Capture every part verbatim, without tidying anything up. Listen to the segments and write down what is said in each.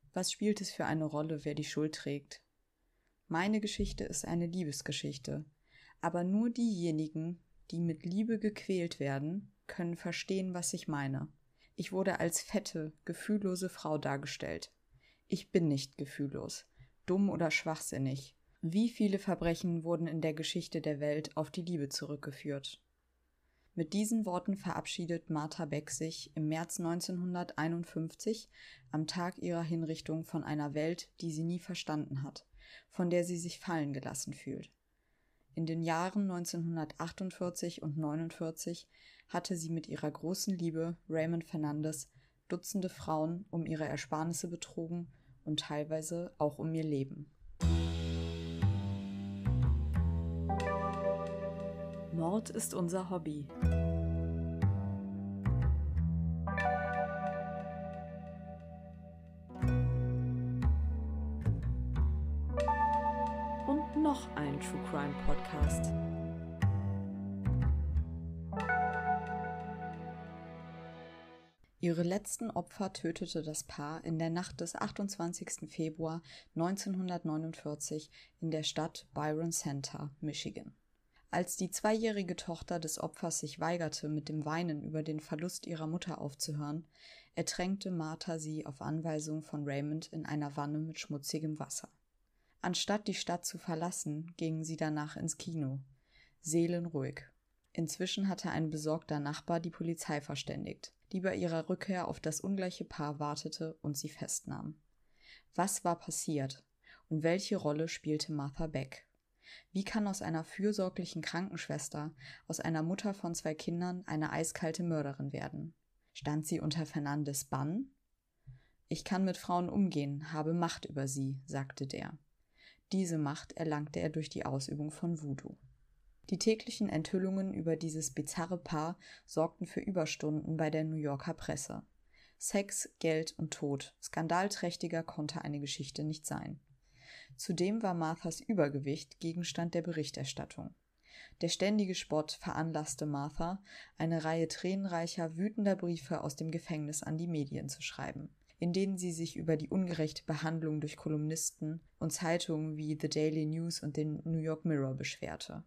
Was spielt es für eine Rolle, wer die Schuld trägt? Meine Geschichte ist eine Liebesgeschichte, aber nur diejenigen, die mit Liebe gequält werden, können verstehen, was ich meine. Ich wurde als fette, gefühllose Frau dargestellt. Ich bin nicht gefühllos, dumm oder schwachsinnig. Wie viele Verbrechen wurden in der Geschichte der Welt auf die Liebe zurückgeführt? Mit diesen Worten verabschiedet Martha Beck sich im März neunzehnhunderteinundfünfzig, am Tag ihrer Hinrichtung, von einer Welt, die sie nie verstanden hat, von der sie sich fallen gelassen fühlt. In den Jahren neunzehnhundertachtundvierzig und neunundvierzig hatte sie mit ihrer großen Liebe Raymond Fernandes Dutzende Frauen um ihre Ersparnisse betrogen und teilweise auch um ihr Leben. Mord ist unser Hobby. Und noch ein True Crime Podcast. Ihre letzten Opfer tötete das Paar in der Nacht des achtundzwanzigsten Februar neunzehnhundertneunundvierzig in der Stadt Byron Center, Michigan. Als die zweijährige Tochter des Opfers sich weigerte, mit dem Weinen über den Verlust ihrer Mutter aufzuhören, ertränkte Martha sie auf Anweisung von Raymond in einer Wanne mit schmutzigem Wasser. Anstatt die Stadt zu verlassen, gingen sie danach ins Kino. Seelenruhig. Inzwischen hatte ein besorgter Nachbar die Polizei verständigt, die bei ihrer Rückkehr auf das ungleiche Paar wartete und sie festnahm. Was war passiert und welche Rolle spielte Martha Beck? Wie kann aus einer fürsorglichen Krankenschwester, aus einer Mutter von zwei Kindern, eine eiskalte Mörderin werden? Stand sie unter Fernandes Bann? Ich kann mit Frauen umgehen, habe Macht über sie, sagte der. Diese Macht erlangte er durch die Ausübung von Voodoo. Die täglichen Enthüllungen über dieses bizarre Paar sorgten für Überstunden bei der New Yorker Presse. Sex, Geld und Tod, skandalträchtiger konnte eine Geschichte nicht sein. Zudem war Marthas Übergewicht Gegenstand der Berichterstattung. Der ständige Spott veranlasste Martha, eine Reihe tränenreicher, wütender Briefe aus dem Gefängnis an die Medien zu schreiben, in denen sie sich über die ungerechte Behandlung durch Kolumnisten und Zeitungen wie The Daily News und den New York Mirror beschwerte.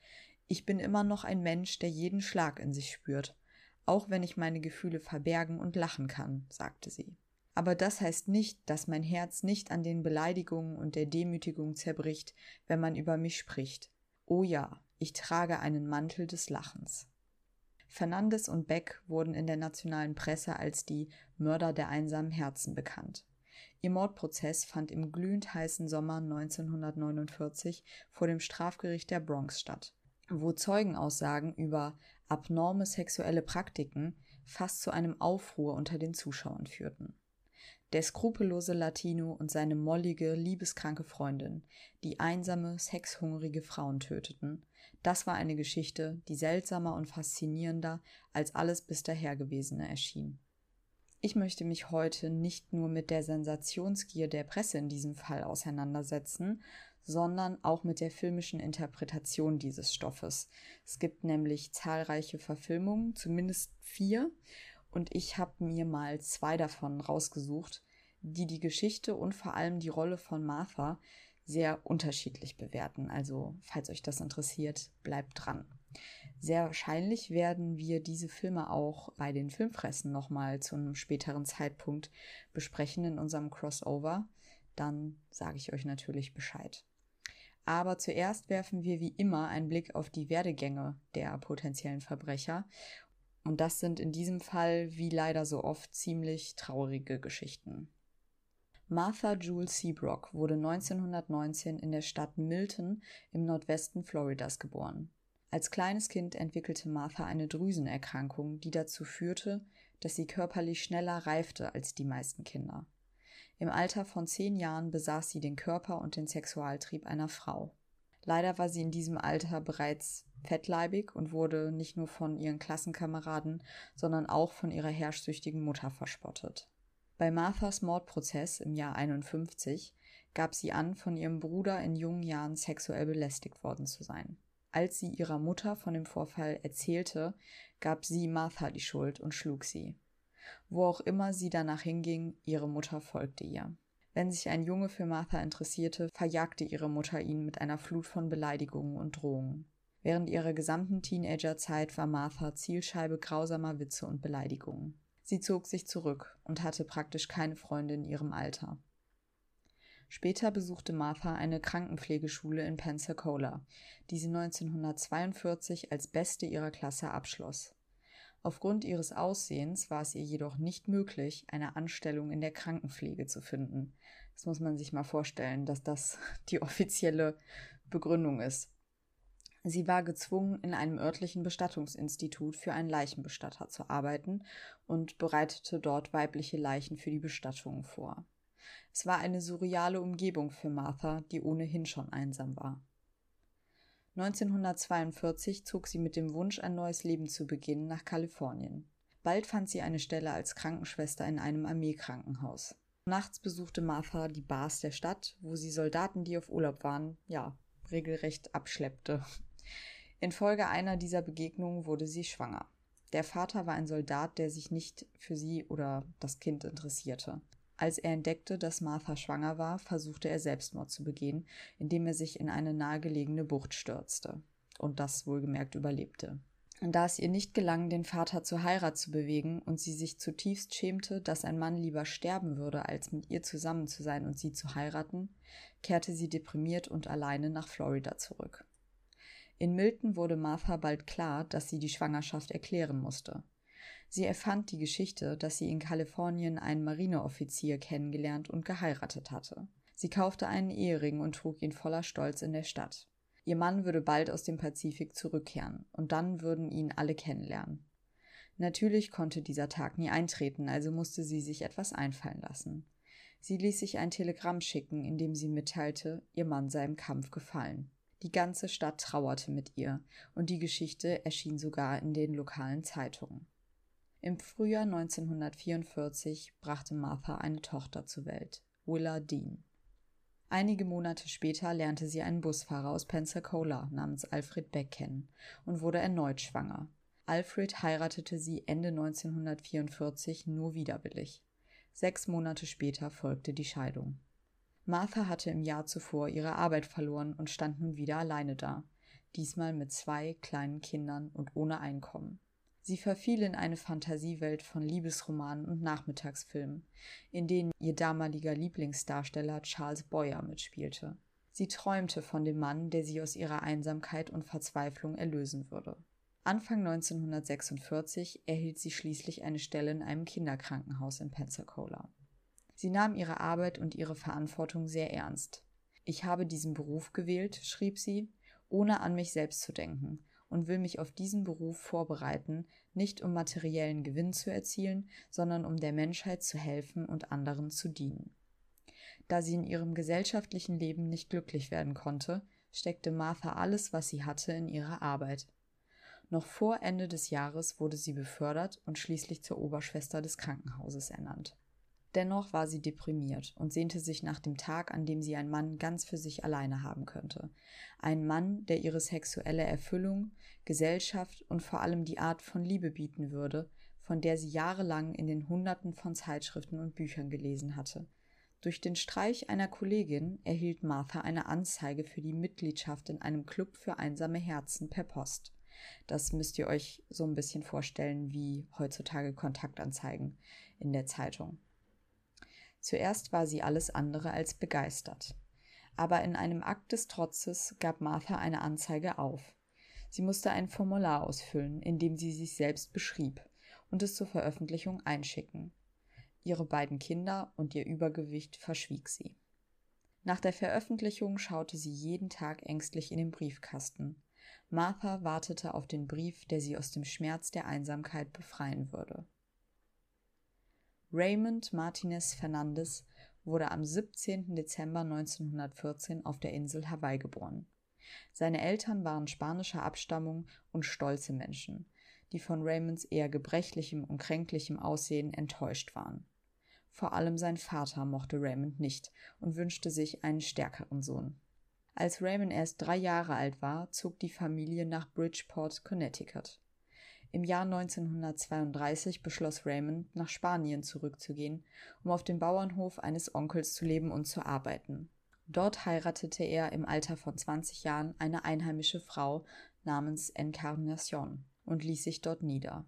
Ich bin immer noch ein Mensch, der jeden Schlag in sich spürt, auch wenn ich meine Gefühle verbergen und lachen kann, sagte sie. Aber das heißt nicht, dass mein Herz nicht an den Beleidigungen und der Demütigung zerbricht, wenn man über mich spricht. Oh ja, ich trage einen Mantel des Lachens. Fernandes und Beck wurden in der nationalen Presse als die Mörder der einsamen Herzen bekannt. Ihr Mordprozess fand im glühend heißen Sommer neunzehnhundertneunundvierzig vor dem Strafgericht der Bronx statt, wo Zeugenaussagen über abnorme sexuelle Praktiken fast zu einem Aufruhr unter den Zuschauern führten. Der skrupellose Latino und seine mollige, liebeskranke Freundin, die einsame, sexhungrige Frauen töteten, das war eine Geschichte, die seltsamer und faszinierender als alles bis dahergewesene erschien. Ich möchte mich heute nicht nur mit der Sensationsgier der Presse in diesem Fall auseinandersetzen, sondern auch mit der filmischen Interpretation dieses Stoffes. Es gibt nämlich zahlreiche Verfilmungen, zumindest vier, und ich habe mir mal zwei davon rausgesucht, die die Geschichte und vor allem die Rolle von Martha sehr unterschiedlich bewerten. Also, falls euch das interessiert, bleibt dran. Sehr wahrscheinlich werden wir diese Filme auch bei den Filmfressen nochmal zu einem späteren Zeitpunkt besprechen in unserem Crossover. Dann sage ich euch natürlich Bescheid. Aber zuerst werfen wir wie immer einen Blick auf die Werdegänge der potenziellen Verbrecher. Und das sind in diesem Fall, wie leider so oft, ziemlich traurige Geschichten. Martha Jewel Seabrook wurde neunzehnhundertneunzehn in der Stadt Milton im Nordwesten Floridas geboren. Als kleines Kind entwickelte Martha eine Drüsenerkrankung, die dazu führte, dass sie körperlich schneller reifte als die meisten Kinder. Im Alter von zehn Jahren besaß sie den Körper und den Sexualtrieb einer Frau. Leider war sie in diesem Alter bereits fettleibig und wurde nicht nur von ihren Klassenkameraden, sondern auch von ihrer herrschsüchtigen Mutter verspottet. Bei Marthas Mordprozess im Jahr einundfünfzig gab sie an, von ihrem Bruder in jungen Jahren sexuell belästigt worden zu sein. Als sie ihrer Mutter von dem Vorfall erzählte, gab sie Martha die Schuld und schlug sie. Wo auch immer sie danach hinging, ihre Mutter folgte ihr. Wenn sich ein Junge für Martha interessierte, verjagte ihre Mutter ihn mit einer Flut von Beleidigungen und Drohungen. Während ihrer gesamten Teenagerzeit war Martha Zielscheibe grausamer Witze und Beleidigungen. Sie zog sich zurück und hatte praktisch keine Freunde in ihrem Alter. Später besuchte Martha eine Krankenpflegeschule in Pensacola, die sie neunzehnhundertzweiundvierzig als beste ihrer Klasse abschloss. Aufgrund ihres Aussehens war es ihr jedoch nicht möglich, eine Anstellung in der Krankenpflege zu finden. Das muss man sich mal vorstellen, dass das die offizielle Begründung ist. Sie war gezwungen, in einem örtlichen Bestattungsinstitut für einen Leichenbestatter zu arbeiten und bereitete dort weibliche Leichen für die Bestattungen vor. Es war eine surreale Umgebung für Martha, die ohnehin schon einsam war. neunzehnhundertzweiundvierzig zog sie mit dem Wunsch, ein neues Leben zu beginnen, nach Kalifornien. Bald fand sie eine Stelle als Krankenschwester in einem Armeekrankenhaus. Nachts besuchte Martha die Bars der Stadt, wo sie Soldaten, die auf Urlaub waren, ja, regelrecht abschleppte. Infolge einer dieser Begegnungen wurde sie schwanger. Der Vater war ein Soldat, der sich nicht für sie oder das Kind interessierte. Als er entdeckte, dass Martha schwanger war, versuchte er Selbstmord zu begehen, indem er sich in eine nahegelegene Bucht stürzte und das wohlgemerkt überlebte. Und da es ihr nicht gelang, den Vater zur Heirat zu bewegen und sie sich zutiefst schämte, dass ein Mann lieber sterben würde, als mit ihr zusammen zu sein und sie zu heiraten, kehrte sie deprimiert und alleine nach Florida zurück. In Milton wurde Martha bald klar, dass sie die Schwangerschaft erklären musste. Sie erfand die Geschichte, dass sie in Kalifornien einen Marineoffizier kennengelernt und geheiratet hatte. Sie kaufte einen Ehering und trug ihn voller Stolz in der Stadt. Ihr Mann würde bald aus dem Pazifik zurückkehren, und dann würden ihn alle kennenlernen. Natürlich konnte dieser Tag nie eintreten, also musste sie sich etwas einfallen lassen. Sie ließ sich ein Telegramm schicken, in dem sie mitteilte, ihr Mann sei im Kampf gefallen. Die ganze Stadt trauerte mit ihr, und die Geschichte erschien sogar in den lokalen Zeitungen. Im Frühjahr neunzehnhundertvierundvierzig brachte Martha eine Tochter zur Welt, Willa Dean. Einige Monate später lernte sie einen Busfahrer aus Pensacola namens Alfred Beck kennen und wurde erneut schwanger. Alfred heiratete sie Ende neunzehnhundertvierundvierzig nur widerwillig. Sechs Monate später folgte die Scheidung. Martha hatte im Jahr zuvor ihre Arbeit verloren und stand nun wieder alleine da, diesmal mit zwei kleinen Kindern und ohne Einkommen. Sie verfiel in eine Fantasiewelt von Liebesromanen und Nachmittagsfilmen, in denen ihr damaliger Lieblingsdarsteller Charles Boyer mitspielte. Sie träumte von dem Mann, der sie aus ihrer Einsamkeit und Verzweiflung erlösen würde. Anfang neunzehnhundertsechsundvierzig erhielt sie schließlich eine Stelle in einem Kinderkrankenhaus in Pensacola. Sie nahm ihre Arbeit und ihre Verantwortung sehr ernst. »Ich habe diesen Beruf gewählt«, schrieb sie, »ohne an mich selbst zu denken, und will mich auf diesen Beruf vorbereiten, nicht um materiellen Gewinn zu erzielen, sondern um der Menschheit zu helfen und anderen zu dienen.« Da sie in ihrem gesellschaftlichen Leben nicht glücklich werden konnte, steckte Martha alles, was sie hatte, in ihre Arbeit. Noch vor Ende des Jahres wurde sie befördert und schließlich zur Oberschwester des Krankenhauses ernannt. Dennoch war sie deprimiert und sehnte sich nach dem Tag, an dem sie einen Mann ganz für sich alleine haben könnte. Einen Mann, der ihre sexuelle Erfüllung, Gesellschaft und vor allem die Art von Liebe bieten würde, von der sie jahrelang in den Hunderten von Zeitschriften und Büchern gelesen hatte. Durch den Streich einer Kollegin erhielt Martha eine Anzeige für die Mitgliedschaft in einem Club für einsame Herzen per Post. Das müsst ihr euch so ein bisschen vorstellen wie heutzutage Kontaktanzeigen in der Zeitung. Zuerst war sie alles andere als begeistert. Aber in einem Akt des Trotzes gab Martha eine Anzeige auf. Sie musste ein Formular ausfüllen, in dem sie sich selbst beschrieb, und es zur Veröffentlichung einschicken. Ihre beiden Kinder und ihr Übergewicht verschwieg sie. Nach der Veröffentlichung schaute sie jeden Tag ängstlich in den Briefkasten. Martha wartete auf den Brief, der sie aus dem Schmerz der Einsamkeit befreien würde. Raymond Martinez Fernandez wurde am siebzehnten Dezember neunzehnhundertvierzehn auf der Insel Hawaii geboren. Seine Eltern waren spanischer Abstammung und stolze Menschen, die von Raymonds eher gebrechlichem und kränklichem Aussehen enttäuscht waren. Vor allem sein Vater mochte Raymond nicht und wünschte sich einen stärkeren Sohn. Als Raymond erst drei Jahre alt war, zog die Familie nach Bridgeport, Connecticut. Im Jahr neunzehnhundertzweiunddreißig beschloss Raymond, nach Spanien zurückzugehen, um auf dem Bauernhof eines Onkels zu leben und zu arbeiten. Dort heiratete er im Alter von zwanzig Jahren eine einheimische Frau namens Encarnación und ließ sich dort nieder.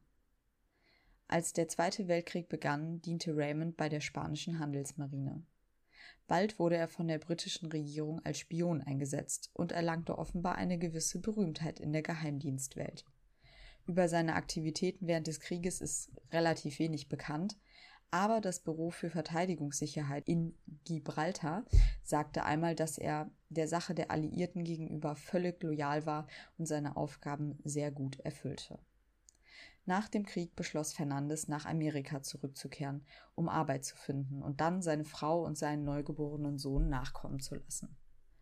Als der Zweite Weltkrieg begann, diente Raymond bei der spanischen Handelsmarine. Bald wurde er von der britischen Regierung als Spion eingesetzt und erlangte offenbar eine gewisse Berühmtheit in der Geheimdienstwelt. Über seine Aktivitäten während des Krieges ist relativ wenig bekannt, aber das Büro für Verteidigungssicherheit in Gibraltar sagte einmal, dass er der Sache der Alliierten gegenüber völlig loyal war und seine Aufgaben sehr gut erfüllte. Nach dem Krieg beschloss Fernandes, nach Amerika zurückzukehren, um Arbeit zu finden und dann seine Frau und seinen neugeborenen Sohn nachkommen zu lassen.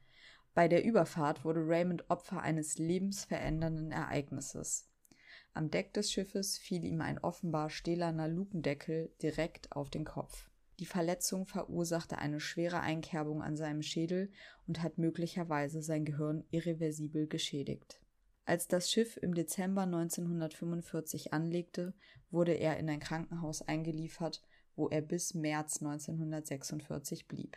Bei der Überfahrt wurde Raymond Opfer eines lebensverändernden Ereignisses. Am Deck des Schiffes fiel ihm ein offenbar stählerner Lukendeckel direkt auf den Kopf. Die Verletzung verursachte eine schwere Einkerbung an seinem Schädel und hat möglicherweise sein Gehirn irreversibel geschädigt. Als das Schiff im Dezember neunzehnhundertfünfundvierzig anlegte, wurde er in ein Krankenhaus eingeliefert, wo er bis März neunzehnhundertsechsundvierzig blieb.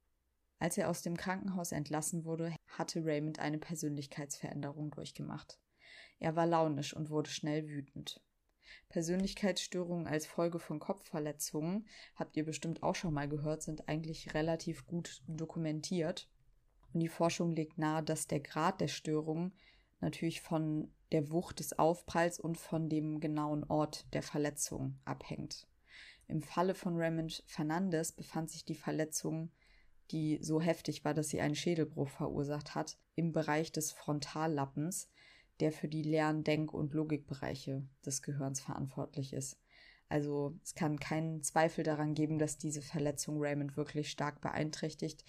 Als er aus dem Krankenhaus entlassen wurde, hatte Raymond eine Persönlichkeitsveränderung durchgemacht. Er war launisch und wurde schnell wütend. Persönlichkeitsstörungen als Folge von Kopfverletzungen, habt ihr bestimmt auch schon mal gehört, sind eigentlich relativ gut dokumentiert. Und die Forschung legt nahe, dass der Grad der Störung natürlich von der Wucht des Aufpralls und von dem genauen Ort der Verletzung abhängt. Im Falle von Raymond Fernandes befand sich die Verletzung, die so heftig war, dass sie einen Schädelbruch verursacht hat, im Bereich des Frontallappens, der für die leeren Denk- und Logikbereiche des Gehirns verantwortlich ist. Also es kann keinen Zweifel daran geben, dass diese Verletzung Raymond wirklich stark beeinträchtigt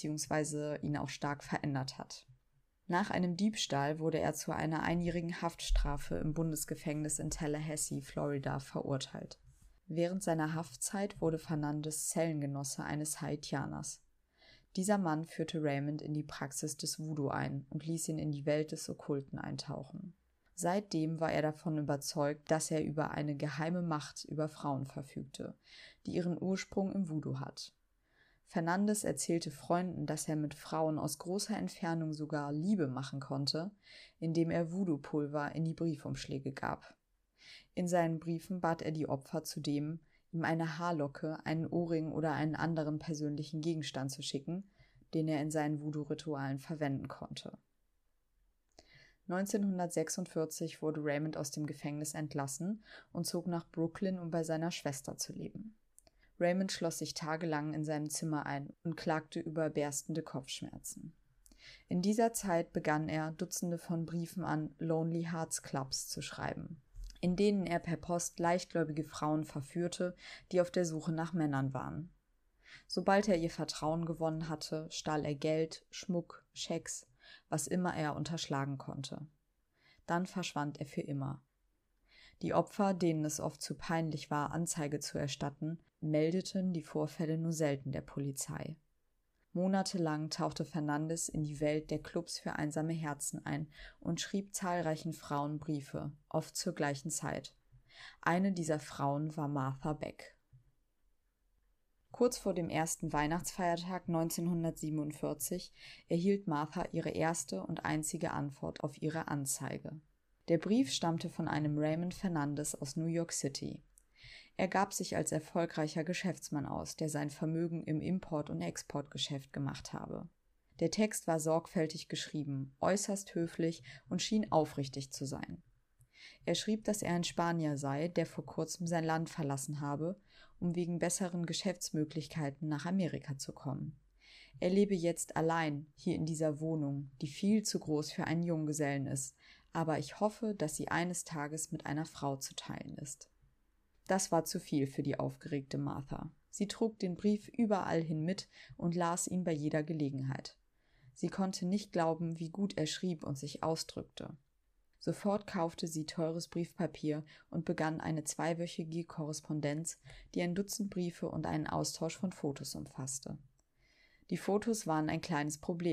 bzw. ihn auch stark verändert hat. Nach einem Diebstahl wurde er zu einer einjährigen Haftstrafe im Bundesgefängnis in Tallahassee, Florida, verurteilt. Während seiner Haftzeit wurde Fernandes Zellengenosse eines Haitianers. Dieser Mann führte Raymond in die Praxis des Voodoo ein und ließ ihn in die Welt des Okkulten eintauchen. Seitdem war er davon überzeugt, dass er über eine geheime Macht über Frauen verfügte, die ihren Ursprung im Voodoo hat. Fernandes erzählte Freunden, dass er mit Frauen aus großer Entfernung sogar Liebe machen konnte, indem er Voodoo-Pulver in die Briefumschläge gab. In seinen Briefen bat er die Opfer zudem, ihm eine Haarlocke, einen Ohrring oder einen anderen persönlichen Gegenstand zu schicken, den er in seinen Voodoo-Ritualen verwenden konnte. neunzehnhundertsechsundvierzig wurde Raymond aus dem Gefängnis entlassen und zog nach Brooklyn, um bei seiner Schwester zu leben. Raymond schloss sich tagelang in seinem Zimmer ein und klagte über berstende Kopfschmerzen. In dieser Zeit begann er, Dutzende von Briefen an Lonely Hearts Clubs zu schreiben, in denen er per Post leichtgläubige Frauen verführte, die auf der Suche nach Männern waren. Sobald er ihr Vertrauen gewonnen hatte, stahl er Geld, Schmuck, Schecks, was immer er unterschlagen konnte. Dann verschwand er für immer. Die Opfer, denen es oft zu peinlich war, Anzeige zu erstatten, meldeten die Vorfälle nur selten der Polizei. Monatelang tauchte Fernandes in die Welt der Clubs für einsame Herzen ein und schrieb zahlreichen Frauen Briefe, oft zur gleichen Zeit. Eine dieser Frauen war Martha Beck. Kurz vor dem ersten Weihnachtsfeiertag neunzehnhundertsiebenundvierzig erhielt Martha ihre erste und einzige Antwort auf ihre Anzeige. Der Brief stammte von einem Raymond Fernandes aus New York City. Er gab sich als erfolgreicher Geschäftsmann aus, der sein Vermögen im Import- und Exportgeschäft gemacht habe. Der Text war sorgfältig geschrieben, äußerst höflich und schien aufrichtig zu sein. Er schrieb, dass er ein Spanier sei, der vor kurzem sein Land verlassen habe, um wegen besseren Geschäftsmöglichkeiten nach Amerika zu kommen. Er lebe jetzt allein hier in dieser Wohnung, die viel zu groß für einen Junggesellen ist, aber ich hoffe, dass sie eines Tages mit einer Frau zu teilen ist. Das war zu viel für die aufgeregte Martha. Sie trug den Brief überall hin mit und las ihn bei jeder Gelegenheit. Sie konnte nicht glauben, wie gut er schrieb und sich ausdrückte. Sofort kaufte sie teures Briefpapier und begann eine zweiwöchige Korrespondenz, die ein Dutzend Briefe und einen Austausch von Fotos umfasste. Die Fotos waren ein kleines Problem.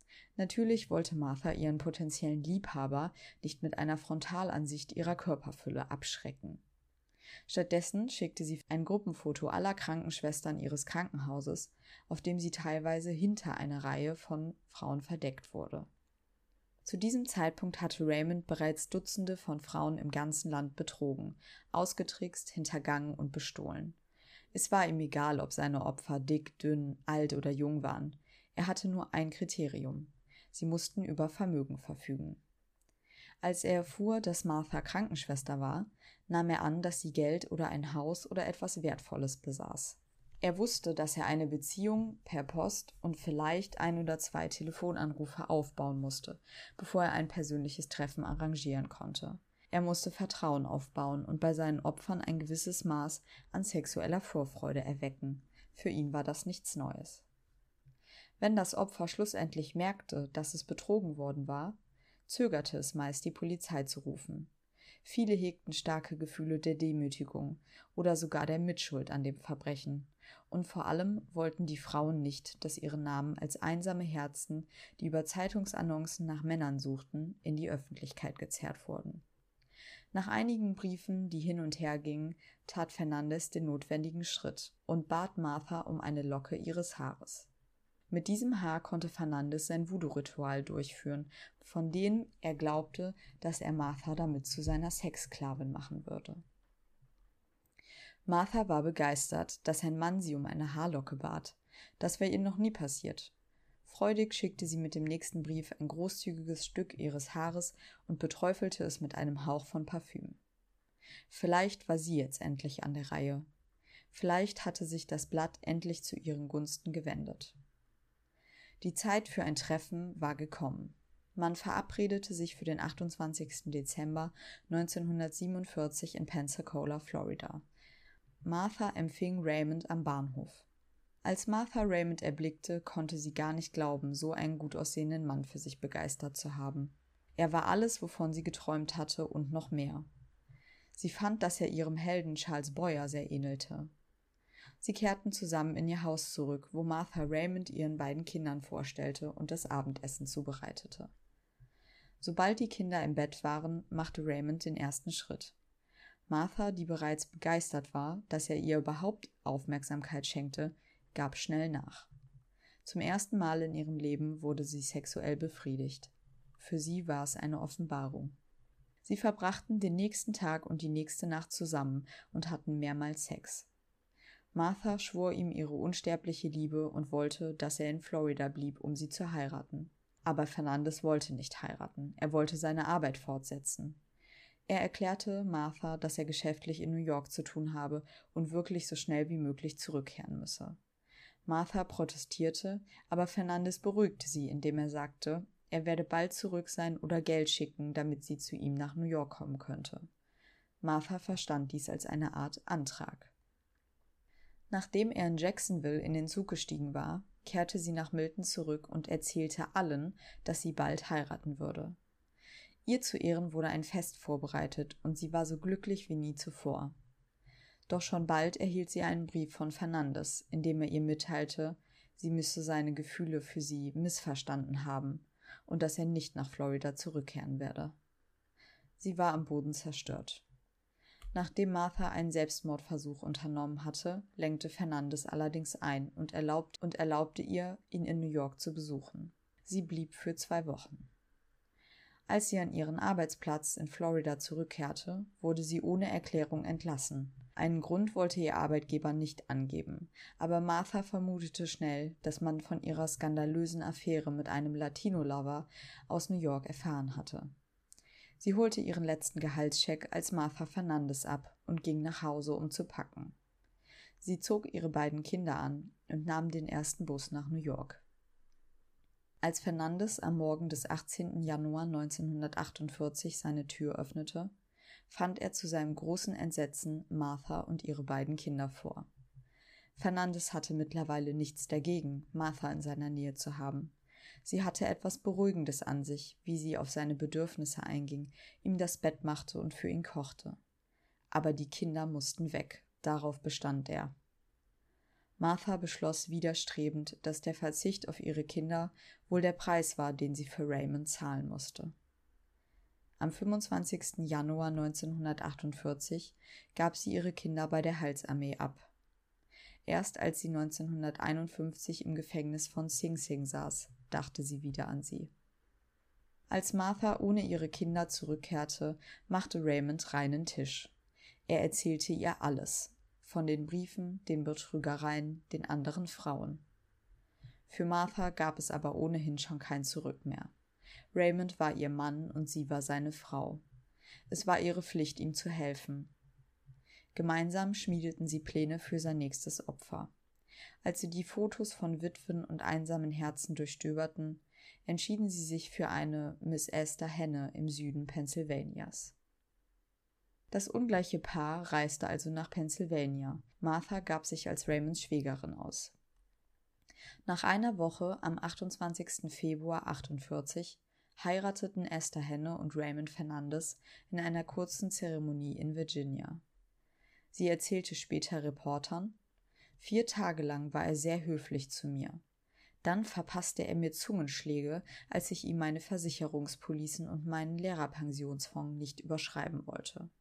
Natürlich wollte Martha ihren potenziellen Liebhaber nicht mit einer Frontalansicht ihrer Körperfülle abschrecken. Stattdessen schickte sie ein Gruppenfoto aller Krankenschwestern ihres Krankenhauses, auf dem sie teilweise hinter einer Reihe von Frauen verdeckt wurde. Zu diesem Zeitpunkt hatte Raymond bereits Dutzende von Frauen im ganzen Land betrogen, ausgetrickst, hintergangen und bestohlen. Es war ihm egal, ob seine Opfer dick, dünn, alt oder jung waren. Er hatte nur ein Kriterium: Sie mussten über Vermögen verfügen. Als er erfuhr, dass Martha Krankenschwester war, nahm er an, dass sie Geld oder ein Haus oder etwas Wertvolles besaß. Er wusste, dass er eine Beziehung per Post und vielleicht ein oder zwei Telefonanrufe aufbauen musste, bevor er ein persönliches Treffen arrangieren konnte. Er musste Vertrauen aufbauen und bei seinen Opfern ein gewisses Maß an sexueller Vorfreude erwecken. Für ihn war das nichts Neues. Wenn das Opfer schlussendlich merkte, dass es betrogen worden war, zögerte es meist, die Polizei zu rufen. Viele hegten starke Gefühle der Demütigung oder sogar der Mitschuld an dem Verbrechen. Und vor allem wollten die Frauen nicht, dass ihre Namen als einsame Herzen, die über Zeitungsannoncen nach Männern suchten, in die Öffentlichkeit gezerrt wurden. Nach einigen Briefen, die hin und her gingen, tat Fernandes den notwendigen Schritt und bat Martha um eine Locke ihres Haares. Mit diesem Haar konnte Fernandes sein Voodoo-Ritual durchführen, von dem er glaubte, dass er Martha damit zu seiner Sexsklavin machen würde. Martha war begeistert, dass ein Mann sie um eine Haarlocke bat. Das war ihr noch nie passiert. Freudig schickte sie mit dem nächsten Brief ein großzügiges Stück ihres Haares und beträufelte es mit einem Hauch von Parfüm. Vielleicht war sie jetzt endlich an der Reihe. Vielleicht hatte sich das Blatt endlich zu ihren Gunsten gewendet. Die Zeit für ein Treffen war gekommen. Man verabredete sich für den achtundzwanzigsten Dezember neunzehnhundertsiebenundvierzig in Pensacola, Florida. Martha empfing Raymond am Bahnhof. Als Martha Raymond erblickte, konnte sie gar nicht glauben, so einen gut aussehenden Mann für sich begeistert zu haben. Er war alles, wovon sie geträumt hatte und noch mehr. Sie fand, dass er ihrem Helden Charles Boyer sehr ähnelte. Sie kehrten zusammen in ihr Haus zurück, wo Martha Raymond ihren beiden Kindern vorstellte und das Abendessen zubereitete. Sobald die Kinder im Bett waren, machte Raymond den ersten Schritt. Martha, die bereits begeistert war, dass er ihr überhaupt Aufmerksamkeit schenkte, gab schnell nach. Zum ersten Mal in ihrem Leben wurde sie sexuell befriedigt. Für sie war es eine Offenbarung. Sie verbrachten den nächsten Tag und die nächste Nacht zusammen und hatten mehrmals Sex. Martha schwor ihm ihre unsterbliche Liebe und wollte, dass er in Florida blieb, um sie zu heiraten. Aber Fernandes wollte nicht heiraten, er wollte seine Arbeit fortsetzen. Er erklärte Martha, dass er geschäftlich in New York zu tun habe und wirklich so schnell wie möglich zurückkehren müsse. Martha protestierte, aber Fernandes beruhigte sie, indem er sagte, er werde bald zurück sein oder Geld schicken, damit sie zu ihm nach New York kommen könnte. Martha verstand dies als eine Art Antrag. Nachdem er in Jacksonville in den Zug gestiegen war, kehrte sie nach Milton zurück und erzählte allen, dass sie bald heiraten würde. Ihr zu Ehren wurde ein Fest vorbereitet und sie war so glücklich wie nie zuvor. Doch schon bald erhielt sie einen Brief von Fernandes, in dem er ihr mitteilte, sie müsse seine Gefühle für sie missverstanden haben und dass er nicht nach Florida zurückkehren werde. Sie war am Boden zerstört. Nachdem Martha einen Selbstmordversuch unternommen hatte, lenkte Fernandes allerdings ein und, erlaubt, und erlaubte ihr, ihn in New York zu besuchen. Sie blieb für zwei Wochen. Als sie an ihren Arbeitsplatz in Florida zurückkehrte, wurde sie ohne Erklärung entlassen. Einen Grund wollte ihr Arbeitgeber nicht angeben, aber Martha vermutete schnell, dass man von ihrer skandalösen Affäre mit einem Latino-Lover aus New York erfahren hatte. Sie holte ihren letzten Gehaltscheck als Martha Fernandes ab und ging nach Hause, um zu packen. Sie zog ihre beiden Kinder an und nahm den ersten Bus nach New York. Als Fernandes am Morgen des achtzehnten Januar neunzehnhundertachtundvierzig seine Tür öffnete, fand er zu seinem großen Entsetzen Martha und ihre beiden Kinder vor. Fernandes hatte mittlerweile nichts dagegen, Martha in seiner Nähe zu haben. Sie hatte etwas Beruhigendes an sich, wie sie auf seine Bedürfnisse einging, ihm das Bett machte und für ihn kochte. Aber die Kinder mussten weg, darauf bestand er. Martha beschloss widerstrebend, dass der Verzicht auf ihre Kinder wohl der Preis war, den sie für Raymond zahlen musste. Am fünfundzwanzigsten Januar neunzehnhundertachtundvierzig gab sie ihre Kinder bei der Heilsarmee ab. Erst als sie neunzehnhunderteinundfünfzig im Gefängnis von Sing Sing saß, dachte sie wieder an sie. Als Martha ohne ihre Kinder zurückkehrte, machte Raymond reinen Tisch. Er erzählte ihr alles, von den Briefen, den Betrügereien, den anderen Frauen. Für Martha gab es aber ohnehin schon kein Zurück mehr. Raymond war ihr Mann und sie war seine Frau. Es war ihre Pflicht, ihm zu helfen. Gemeinsam schmiedeten sie Pläne für sein nächstes Opfer. Als sie die Fotos von Witwen und einsamen Herzen durchstöberten, entschieden sie sich für eine Miss Esther Henne im Süden Pennsylvanias. Das ungleiche Paar reiste also nach Pennsylvania. Martha gab sich als Raymonds Schwägerin aus. Nach einer Woche, am achtundzwanzigsten Februar achtundvierzig, heirateten Esther Henne und Raymond Fernandes in einer kurzen Zeremonie in Virginia. Sie erzählte später Reportern: Vier Tage lang war er sehr höflich zu mir. Dann verpasste er mir Zungenschläge, als ich ihm meine Versicherungspolicen und meinen Lehrerpensionsfonds nicht überschreiben wollte.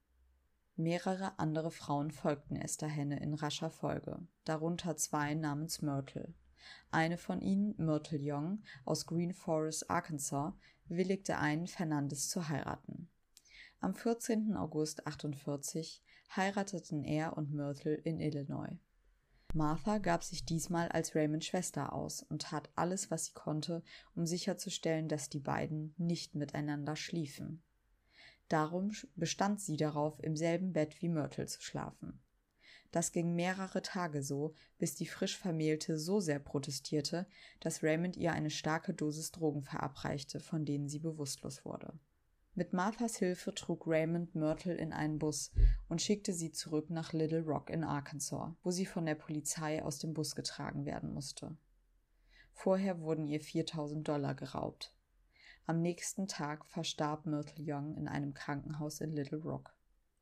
Mehrere andere Frauen folgten Esther Henne in rascher Folge, darunter zwei namens Myrtle. Eine von ihnen, Myrtle Young aus Green Forest, Arkansas, willigte ein, Fernandes zu heiraten. Am vierzehnten August achtundvierzig heirateten er und Myrtle in Illinois. Martha gab sich diesmal als Raymonds Schwester aus und tat alles, was sie konnte, um sicherzustellen, dass die beiden nicht miteinander schliefen. Darum bestand sie darauf, im selben Bett wie Myrtle zu schlafen. Das ging mehrere Tage so, bis die frisch Vermählte so sehr protestierte, dass Raymond ihr eine starke Dosis Drogen verabreichte, von denen sie bewusstlos wurde. Mit Marthas Hilfe trug Raymond Myrtle in einen Bus und schickte sie zurück nach Little Rock in Arkansas, wo sie von der Polizei aus dem Bus getragen werden musste. Vorher wurden ihr viertausend Dollar geraubt. Am nächsten Tag verstarb Myrtle Young in einem Krankenhaus in Little Rock.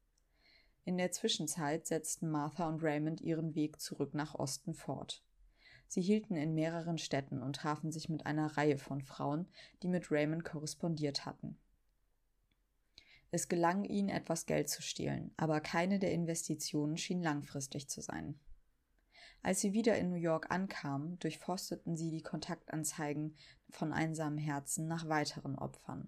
In der Zwischenzeit setzten Martha und Raymond ihren Weg zurück nach Osten fort. Sie hielten in mehreren Städten und trafen sich mit einer Reihe von Frauen, die mit Raymond korrespondiert hatten. Es gelang ihnen, etwas Geld zu stehlen, aber keine der Investitionen schien langfristig zu sein. Als sie wieder in New York ankamen, durchforsteten sie die Kontaktanzeigen von einsamen Herzen nach weiteren Opfern.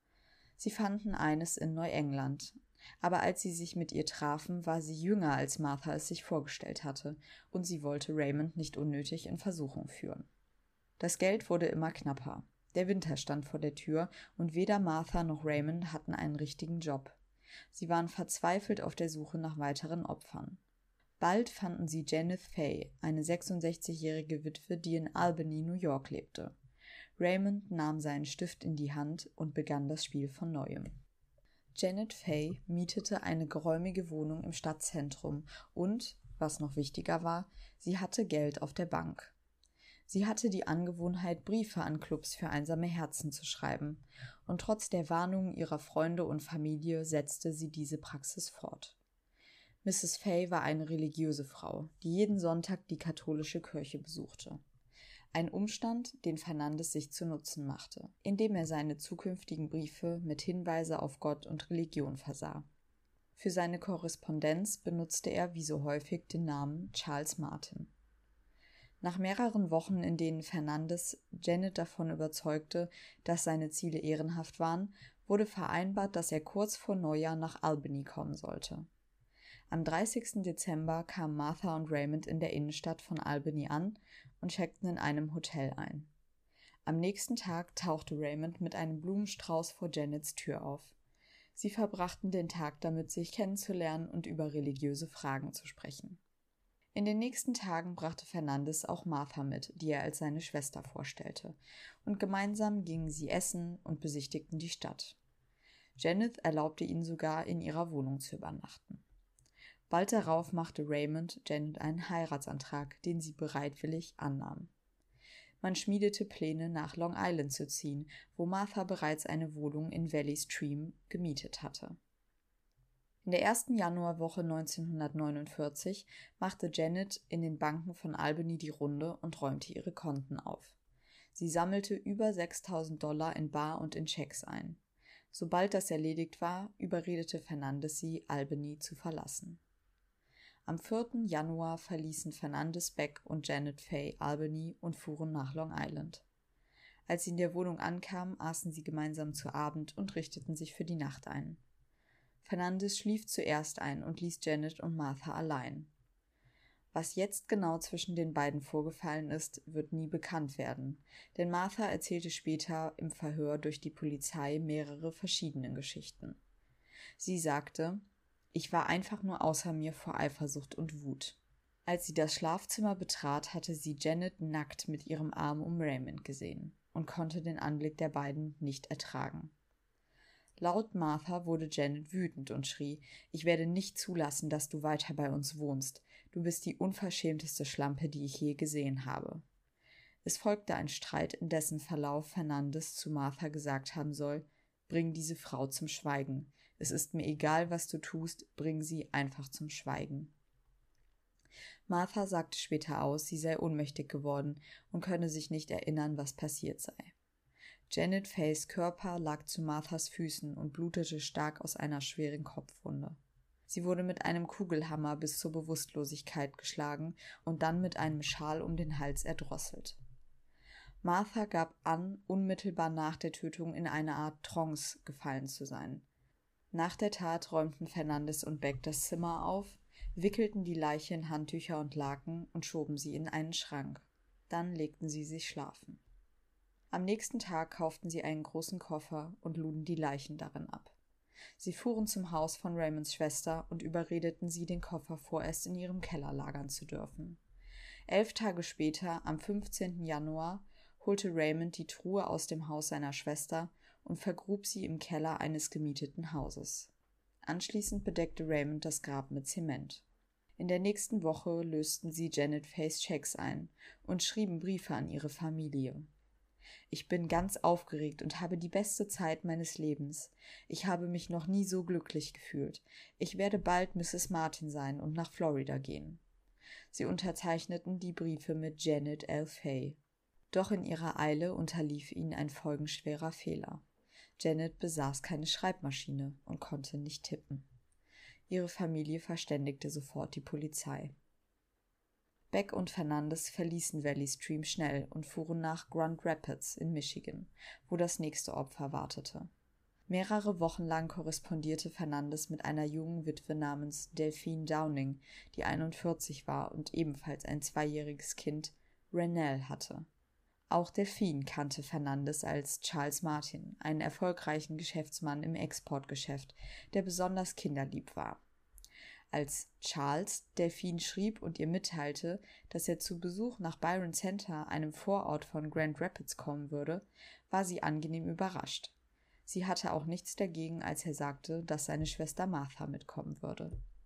Sie fanden eines in Neuengland, aber als sie sich mit ihr trafen, war sie jünger, als Martha es sich vorgestellt hatte, und sie wollte Raymond nicht unnötig in Versuchung führen. Das Geld wurde immer knapper. Der Winter stand vor der Tür, und weder Martha noch Raymond hatten einen richtigen Job. Sie waren verzweifelt auf der Suche nach weiteren Opfern. Bald fanden sie Janet Fay, eine sechsundsechzigjährige Witwe, die in Albany, New York lebte. Raymond nahm seinen Stift in die Hand und begann das Spiel von Neuem. Janet Fay mietete eine geräumige Wohnung im Stadtzentrum und, was noch wichtiger war, sie hatte Geld auf der Bank. Sie hatte die Angewohnheit, Briefe an Clubs für einsame Herzen zu schreiben, und trotz der Warnungen ihrer Freunde und Familie setzte sie diese Praxis fort. Misses Fay war eine religiöse Frau, die jeden Sonntag die katholische Kirche besuchte. Ein Umstand, den Fernandes sich zu Nutzen machte, indem er seine zukünftigen Briefe mit Hinweise auf Gott und Religion versah. Für seine Korrespondenz benutzte er wie so häufig den Namen Charles Martin. Nach mehreren Wochen, in denen Fernandes Janet davon überzeugte, dass seine Ziele ehrenhaft waren, wurde vereinbart, dass er kurz vor Neujahr nach Albany kommen sollte. Am dreißigsten Dezember kamen Martha und Raymond in der Innenstadt von Albany an und checkten in einem Hotel ein. Am nächsten Tag tauchte Raymond mit einem Blumenstrauß vor Janets Tür auf. Sie verbrachten den Tag damit, sich kennenzulernen und über religiöse Fragen zu sprechen. In den nächsten Tagen brachte Fernandes auch Martha mit, die er als seine Schwester vorstellte, und gemeinsam gingen sie essen und besichtigten die Stadt. Janet erlaubte ihnen sogar, in ihrer Wohnung zu übernachten. Bald darauf machte Raymond Janet einen Heiratsantrag, den sie bereitwillig annahm. Man schmiedete Pläne, nach Long Island zu ziehen, wo Martha bereits eine Wohnung in Valley Stream gemietet hatte. In der ersten Januarwoche neunzehnhundertneunundvierzig machte Janet in den Banken von Albany die Runde und räumte ihre Konten auf. Sie sammelte über sechstausend Dollar in Bar und in Schecks ein. Sobald das erledigt war, überredete Fernandes sie, Albany zu verlassen. Am vierten Januar verließen Fernandes, Beck und Janet Fay Albany und fuhren nach Long Island. Als sie in der Wohnung ankamen, aßen sie gemeinsam zu Abend und richteten sich für die Nacht ein. Fernandes schlief zuerst ein und ließ Janet und Martha allein. Was jetzt genau zwischen den beiden vorgefallen ist, wird nie bekannt werden, denn Martha erzählte später im Verhör durch die Polizei mehrere verschiedene Geschichten. Sie sagte: „Ich war einfach nur außer mir vor Eifersucht und Wut." Als sie das Schlafzimmer betrat, hatte sie Janet nackt mit ihrem Arm um Raymond gesehen und konnte den Anblick der beiden nicht ertragen. Laut Martha wurde Janet wütend und schrie: „Ich werde nicht zulassen, dass du weiter bei uns wohnst. Du bist die unverschämteste Schlampe, die ich je gesehen habe." Es folgte ein Streit, in dessen Verlauf Fernandes zu Martha gesagt haben soll: „Bring diese Frau zum Schweigen. Es ist mir egal, was du tust, bring sie einfach zum Schweigen." Martha sagte später aus, sie sei ohnmächtig geworden und könne sich nicht erinnern, was passiert sei. Janet Fays Körper lag zu Marthas Füßen und blutete stark aus einer schweren Kopfwunde. Sie wurde mit einem Kugelhammer bis zur Bewusstlosigkeit geschlagen und dann mit einem Schal um den Hals erdrosselt. Martha gab an, unmittelbar nach der Tötung in eine Art Trance gefallen zu sein. Nach der Tat räumten Fernandes und Beck das Zimmer auf, wickelten die Leiche in Handtücher und Laken und schoben sie in einen Schrank. Dann legten sie sich schlafen. Am nächsten Tag kauften sie einen großen Koffer und luden die Leichen darin ab. Sie fuhren zum Haus von Raymonds Schwester und überredeten sie, den Koffer vorerst in ihrem Keller lagern zu dürfen. Elf Tage später, am fünfzehnten Januar, holte Raymond die Truhe aus dem Haus seiner Schwester und vergrub sie im Keller eines gemieteten Hauses. Anschließend bedeckte Raymond das Grab mit Zement. In der nächsten Woche lösten sie Janet Fays Schecks ein und schrieben Briefe an ihre Familie. „Ich bin ganz aufgeregt und habe die beste Zeit meines Lebens. Ich habe mich noch nie so glücklich gefühlt. Ich werde bald Misses Martin sein und nach Florida gehen." Sie unterzeichneten die Briefe mit Janet L. Fay. Doch in ihrer Eile unterlief ihnen ein folgenschwerer Fehler. Janet besaß keine Schreibmaschine und konnte nicht tippen. Ihre Familie verständigte sofort die Polizei. Beck und Fernandes verließen Valley Stream schnell und fuhren nach Grand Rapids in Michigan, wo das nächste Opfer wartete. Mehrere Wochen lang korrespondierte Fernandes mit einer jungen Witwe namens Delphine Downing, die einundvierzig war und ebenfalls ein zweijähriges Kind, Rennell, hatte. Auch Delphine kannte Fernandes als Charles Martin, einen erfolgreichen Geschäftsmann im Exportgeschäft, der besonders kinderlieb war. Als Charles Delphine schrieb und ihr mitteilte, dass er zu Besuch nach Byron Center, einem Vorort von Grand Rapids, kommen würde, war sie angenehm überrascht. Sie hatte auch nichts dagegen, als er sagte, dass seine Schwester Martha mitkommen würde.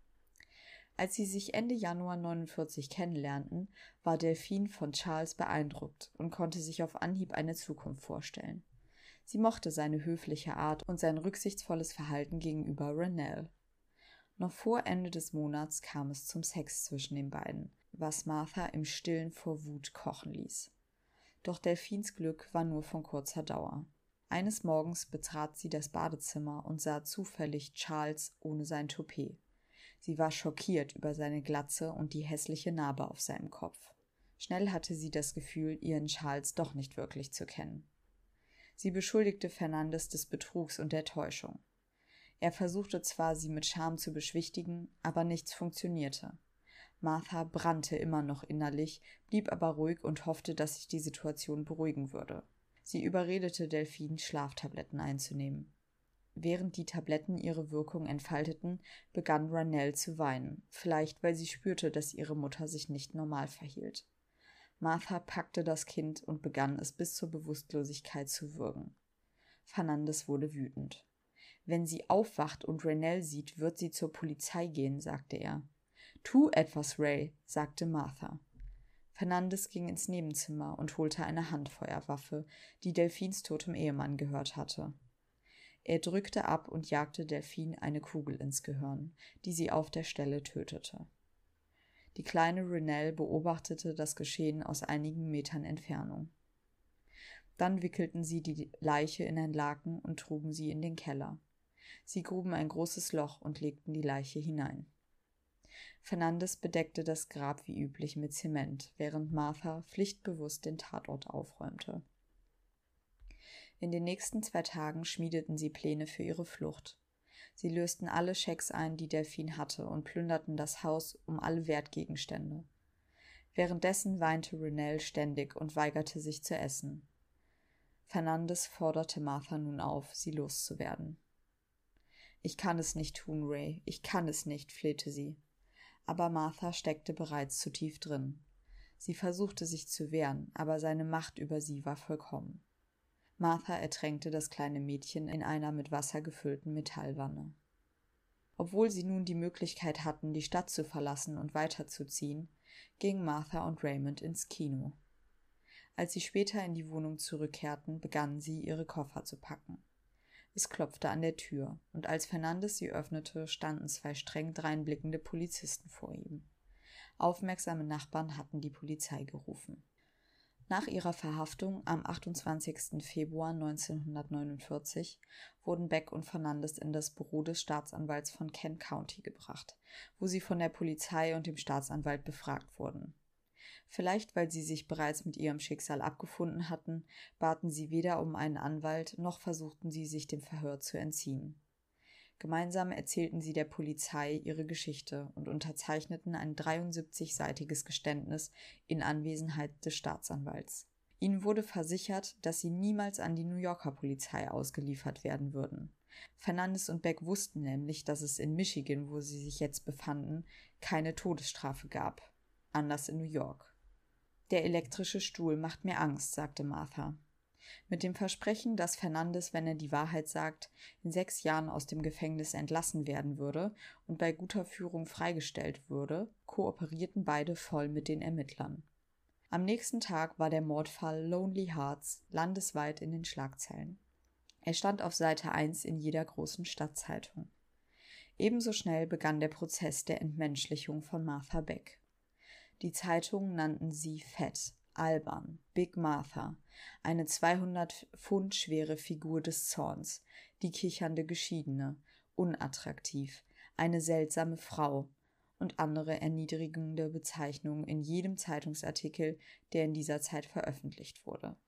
Als sie sich Ende Januar neunundvierzig kennenlernten, war Delphine von Charles beeindruckt und konnte sich auf Anhieb eine Zukunft vorstellen. Sie mochte seine höfliche Art und sein rücksichtsvolles Verhalten gegenüber Rennell. Noch vor Ende des Monats kam es zum Sex zwischen den beiden, was Martha im Stillen vor Wut kochen ließ. Doch Delphines Glück war nur von kurzer Dauer. Eines Morgens betrat sie das Badezimmer und sah zufällig Charles ohne sein Toupet. Sie war schockiert über seine Glatze und die hässliche Narbe auf seinem Kopf. Schnell hatte sie das Gefühl, ihren Charles doch nicht wirklich zu kennen. Sie beschuldigte Fernandes des Betrugs und der Täuschung. Er versuchte zwar, sie mit Scham zu beschwichtigen, aber nichts funktionierte. Martha brannte immer noch innerlich, blieb aber ruhig und hoffte, dass sich die Situation beruhigen würde. Sie überredete Delphine, Schlaftabletten einzunehmen. Während die Tabletten ihre Wirkung entfalteten, begann Rennell zu weinen, vielleicht weil sie spürte, dass ihre Mutter sich nicht normal verhielt. Martha packte das Kind und begann es bis zur Bewusstlosigkeit zu würgen. Fernandes wurde wütend. „Wenn sie aufwacht und Rennell sieht, wird sie zur Polizei gehen", sagte er. „Tu etwas, Ray", sagte Martha. Fernandes ging ins Nebenzimmer und holte eine Handfeuerwaffe, die Delphines totem Ehemann gehört hatte. Er drückte ab und jagte Delphine eine Kugel ins Gehirn, die sie auf der Stelle tötete. Die kleine Rennell beobachtete das Geschehen aus einigen Metern Entfernung. Dann wickelten sie die Leiche in ein Laken und trugen sie in den Keller. Sie gruben ein großes Loch und legten die Leiche hinein. Fernandes bedeckte das Grab wie üblich mit Zement, während Martha pflichtbewusst den Tatort aufräumte. In den nächsten zwei Tagen schmiedeten sie Pläne für ihre Flucht. Sie lösten alle Schecks ein, die Delphine hatte, und plünderten das Haus um alle Wertgegenstände. Währenddessen weinte Rennell ständig und weigerte sich zu essen. Fernandes forderte Martha nun auf, sie loszuwerden. »Ich kann es nicht tun, Ray, ich kann es nicht«, flehte sie. Aber Martha steckte bereits zu tief drin. Sie versuchte sich zu wehren, aber seine Macht über sie war vollkommen. Martha ertränkte das kleine Mädchen in einer mit Wasser gefüllten Metallwanne. Obwohl sie nun die Möglichkeit hatten, die Stadt zu verlassen und weiterzuziehen, gingen Martha und Raymond ins Kino. Als sie später in die Wohnung zurückkehrten, begannen sie, ihre Koffer zu packen. Es klopfte an der Tür, und als Fernandes sie öffnete, standen zwei streng dreinblickende Polizisten vor ihm. Aufmerksame Nachbarn hatten die Polizei gerufen. Nach ihrer Verhaftung am achtundzwanzigsten Februar neunzehnhundertneunundvierzig wurden Beck und Fernandes in das Büro des Staatsanwalts von Kent County gebracht, wo sie von der Polizei und dem Staatsanwalt befragt wurden. Vielleicht, weil sie sich bereits mit ihrem Schicksal abgefunden hatten, baten sie weder um einen Anwalt, noch versuchten sie, sich dem Verhör zu entziehen. Gemeinsam erzählten sie der Polizei ihre Geschichte und unterzeichneten ein dreiundsiebzigseitiges Geständnis in Anwesenheit des Staatsanwalts. Ihnen wurde versichert, dass sie niemals an die New Yorker Polizei ausgeliefert werden würden. Fernandes und Beck wussten nämlich, dass es in Michigan, wo sie sich jetzt befanden, keine Todesstrafe gab, anders in New York. »Der elektrische Stuhl macht mir Angst«, sagte Martha. Mit dem Versprechen, dass Fernandes, wenn er die Wahrheit sagt, in sechs Jahren aus dem Gefängnis entlassen werden würde und bei guter Führung freigestellt würde, kooperierten beide voll mit den Ermittlern. Am nächsten Tag war der Mordfall Lonely Hearts landesweit in den Schlagzeilen. Er stand auf Seite eins in jeder großen Stadtzeitung. Ebenso schnell begann der Prozess der Entmenschlichung von Martha Beck. Die Zeitungen nannten sie fett, albern, Big Martha, eine zweihundert Pfund schwere Figur des Zorns, die kichernde Geschiedene, unattraktiv, eine seltsame Frau und andere erniedrigende Bezeichnungen in jedem Zeitungsartikel, der in dieser Zeit veröffentlicht wurde.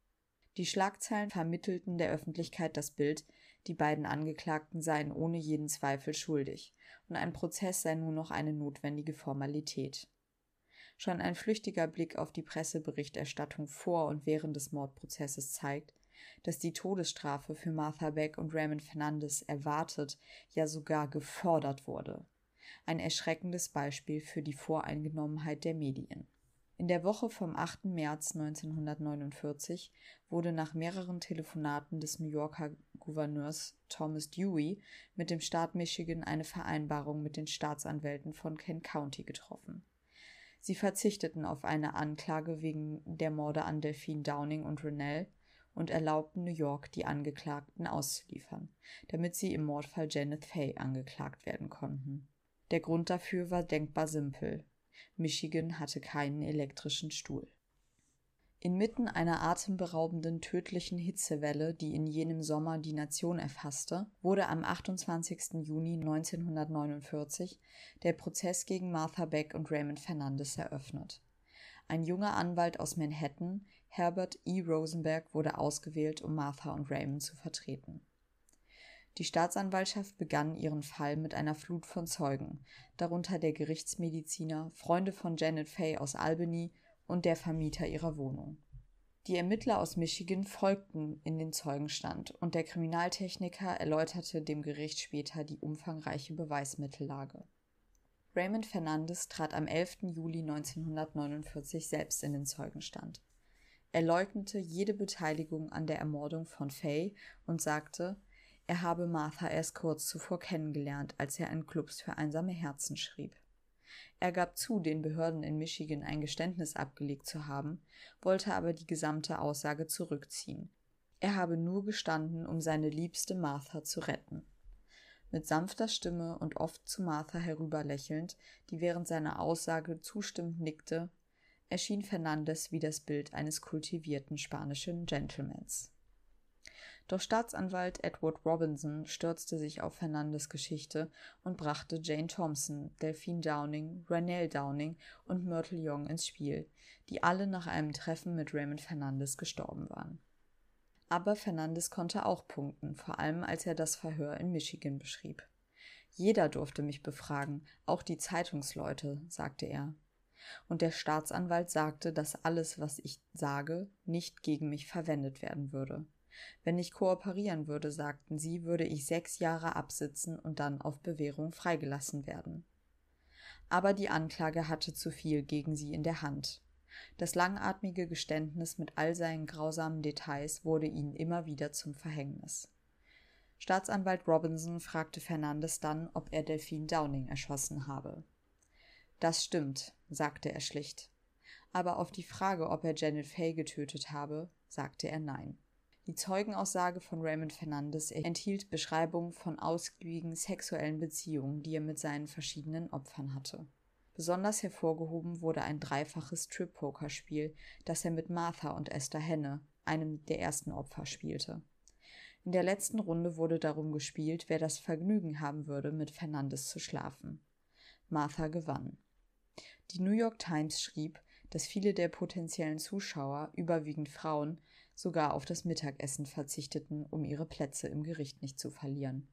Die Schlagzeilen vermittelten der Öffentlichkeit das Bild, die beiden Angeklagten seien ohne jeden Zweifel schuldig und ein Prozess sei nur noch eine notwendige Formalität. Schon ein flüchtiger Blick auf die Presseberichterstattung vor und während des Mordprozesses zeigt, dass die Todesstrafe für Martha Beck und Raymond Fernandes erwartet, ja sogar gefordert wurde. Ein erschreckendes Beispiel für die Voreingenommenheit der Medien. In der Woche vom achten März neunzehnhundertneunundvierzig wurde nach mehreren Telefonaten des New Yorker Gouverneurs Thomas Dewey mit dem Staat Michigan eine Vereinbarung mit den Staatsanwälten von Kent County getroffen. Sie verzichteten auf eine Anklage wegen der Morde an Delphine Downing und Rennell und erlaubten New York, die Angeklagten auszuliefern, damit sie im Mordfall Janet Fay angeklagt werden konnten. Der Grund dafür war denkbar simpel. Michigan hatte keinen elektrischen Stuhl. Inmitten einer atemberaubenden, tödlichen Hitzewelle, die in jenem Sommer die Nation erfasste, wurde am achtundzwanzigsten Juni neunzehnhundertneunundvierzig der Prozess gegen Martha Beck und Raymond Fernandes eröffnet. Ein junger Anwalt aus Manhattan, Herbert E. Rosenberg, wurde ausgewählt, um Martha und Raymond zu vertreten. Die Staatsanwaltschaft begann ihren Fall mit einer Flut von Zeugen, darunter der Gerichtsmediziner, Freunde von Janet Fay aus Albany und der Vermieter ihrer Wohnung. Die Ermittler aus Michigan folgten in den Zeugenstand und der Kriminaltechniker erläuterte dem Gericht später die umfangreiche Beweismittellage. Raymond Fernandes trat am elften Juli neunzehnhundertneunundvierzig selbst in den Zeugenstand. Er leugnete jede Beteiligung an der Ermordung von Fay und sagte, er habe Martha erst kurz zuvor kennengelernt, als er in Clubs für einsame Herzen schrieb. Er gab zu, den Behörden in Michigan ein Geständnis abgelegt zu haben, wollte aber die gesamte Aussage zurückziehen. Er habe nur gestanden, um seine Liebste Martha zu retten. Mit sanfter Stimme und oft zu Martha herüberlächelnd, die während seiner Aussage zustimmend nickte, erschien Fernandes wie das Bild eines kultivierten spanischen Gentlemans. Doch Staatsanwalt Edward Robinson stürzte sich auf Fernandes Geschichte und brachte Jane Thompson, Delphine Downing, Ranelle Downing und Myrtle Young ins Spiel, die alle nach einem Treffen mit Raymond Fernandes gestorben waren. Aber Fernandes konnte auch punkten, vor allem als er das Verhör in Michigan beschrieb. »Jeder durfte mich befragen, auch die Zeitungsleute«, sagte er. Und der Staatsanwalt sagte, dass alles, was ich sage, nicht gegen mich verwendet werden würde. Wenn ich kooperieren würde, sagten sie, würde ich sechs Jahre absitzen und dann auf Bewährung freigelassen werden. Aber die Anklage hatte zu viel gegen sie in der Hand. Das langatmige Geständnis mit all seinen grausamen Details wurde ihnen immer wieder zum Verhängnis. Staatsanwalt Robinson fragte Fernandes dann, ob er Delphine Downing erschossen habe. »Das stimmt«, sagte er schlicht. Aber auf die Frage, ob er Janet Fay getötet habe, sagte er nein. Die Zeugenaussage von Raymond Fernandes enthielt Beschreibungen von ausgiebigen sexuellen Beziehungen, die er mit seinen verschiedenen Opfern hatte. Besonders hervorgehoben wurde ein dreifaches Strip-Poker-Spiel, das er mit Martha und Esther Henne, einem der ersten Opfer, spielte. In der letzten Runde wurde darum gespielt, wer das Vergnügen haben würde, mit Fernandes zu schlafen. Martha gewann. Die New York Times schrieb, dass viele der potenziellen Zuschauer, überwiegend Frauen, sogar auf das Mittagessen verzichteten, um ihre Plätze im Gericht nicht zu verlieren.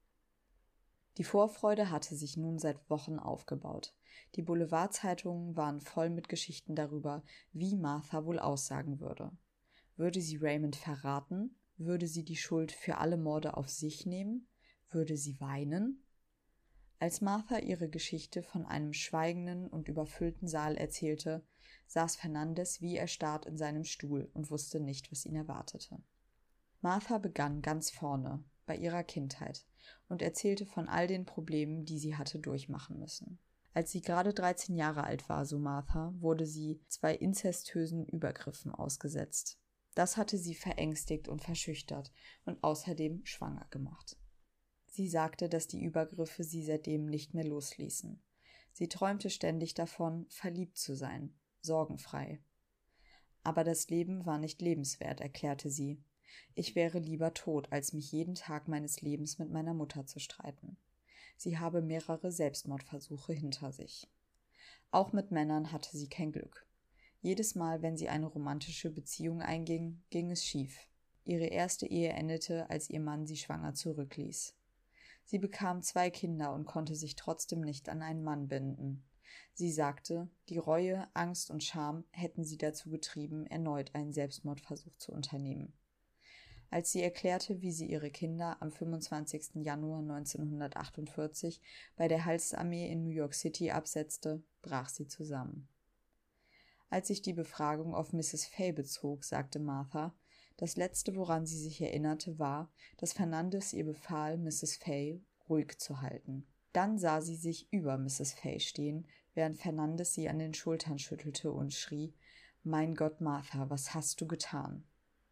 Die Vorfreude hatte sich nun seit Wochen aufgebaut. Die Boulevardzeitungen waren voll mit Geschichten darüber, wie Martha wohl aussagen würde. Würde sie Raymond verraten? Würde sie die Schuld für alle Morde auf sich nehmen? Würde sie weinen? Als Martha ihre Geschichte von einem schweigenden und überfüllten Saal erzählte, saß Fernandes wie erstarrt in seinem Stuhl und wusste nicht, was ihn erwartete. Martha begann ganz vorne, bei ihrer Kindheit, und erzählte von all den Problemen, die sie hatte durchmachen müssen. Als sie gerade dreizehn Jahre alt war, so Martha, wurde sie zwei inzestösen Übergriffen ausgesetzt. Das hatte sie verängstigt und verschüchtert und außerdem schwanger gemacht. Sie sagte, dass die Übergriffe sie seitdem nicht mehr losließen. Sie träumte ständig davon, verliebt zu sein, sorgenfrei. Aber das Leben war nicht lebenswert, erklärte sie. Ich wäre lieber tot, als mich jeden Tag meines Lebens mit meiner Mutter zu streiten. Sie habe mehrere Selbstmordversuche hinter sich. Auch mit Männern hatte sie kein Glück. Jedes Mal, wenn sie eine romantische Beziehung einging, ging es schief. Ihre erste Ehe endete, als ihr Mann sie schwanger zurückließ. Sie bekam zwei Kinder und konnte sich trotzdem nicht an einen Mann binden. Sie sagte, die Reue, Angst und Scham hätten sie dazu getrieben, erneut einen Selbstmordversuch zu unternehmen. Als sie erklärte, wie sie ihre Kinder am fünfundzwanzigsten Januar neunzehnhundertachtundvierzig bei der Heilsarmee in New York City absetzte, brach sie zusammen. Als sich die Befragung auf Misses Fay bezog, sagte Martha, das Letzte, woran sie sich erinnerte, war, dass Fernandes ihr befahl, Misses Fay ruhig zu halten. Dann sah sie sich über Misses Fay stehen, während Fernandes sie an den Schultern schüttelte und schrie, »Mein Gott, Martha, was hast du getan?«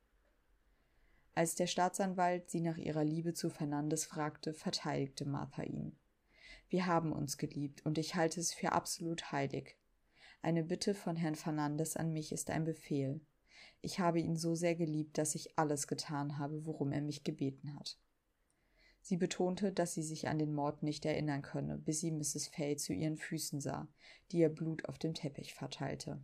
Als der Staatsanwalt sie nach ihrer Liebe zu Fernandes fragte, verteidigte Martha ihn. »Wir haben uns geliebt, und ich halte es für absolut heilig. Eine Bitte von Herrn Fernandes an mich ist ein Befehl. Ich habe ihn so sehr geliebt, dass ich alles getan habe, worum er mich gebeten hat.« Sie betonte, dass sie sich an den Mord nicht erinnern könne, bis sie Misses Fay zu ihren Füßen sah, die ihr Blut auf dem Teppich verteilte.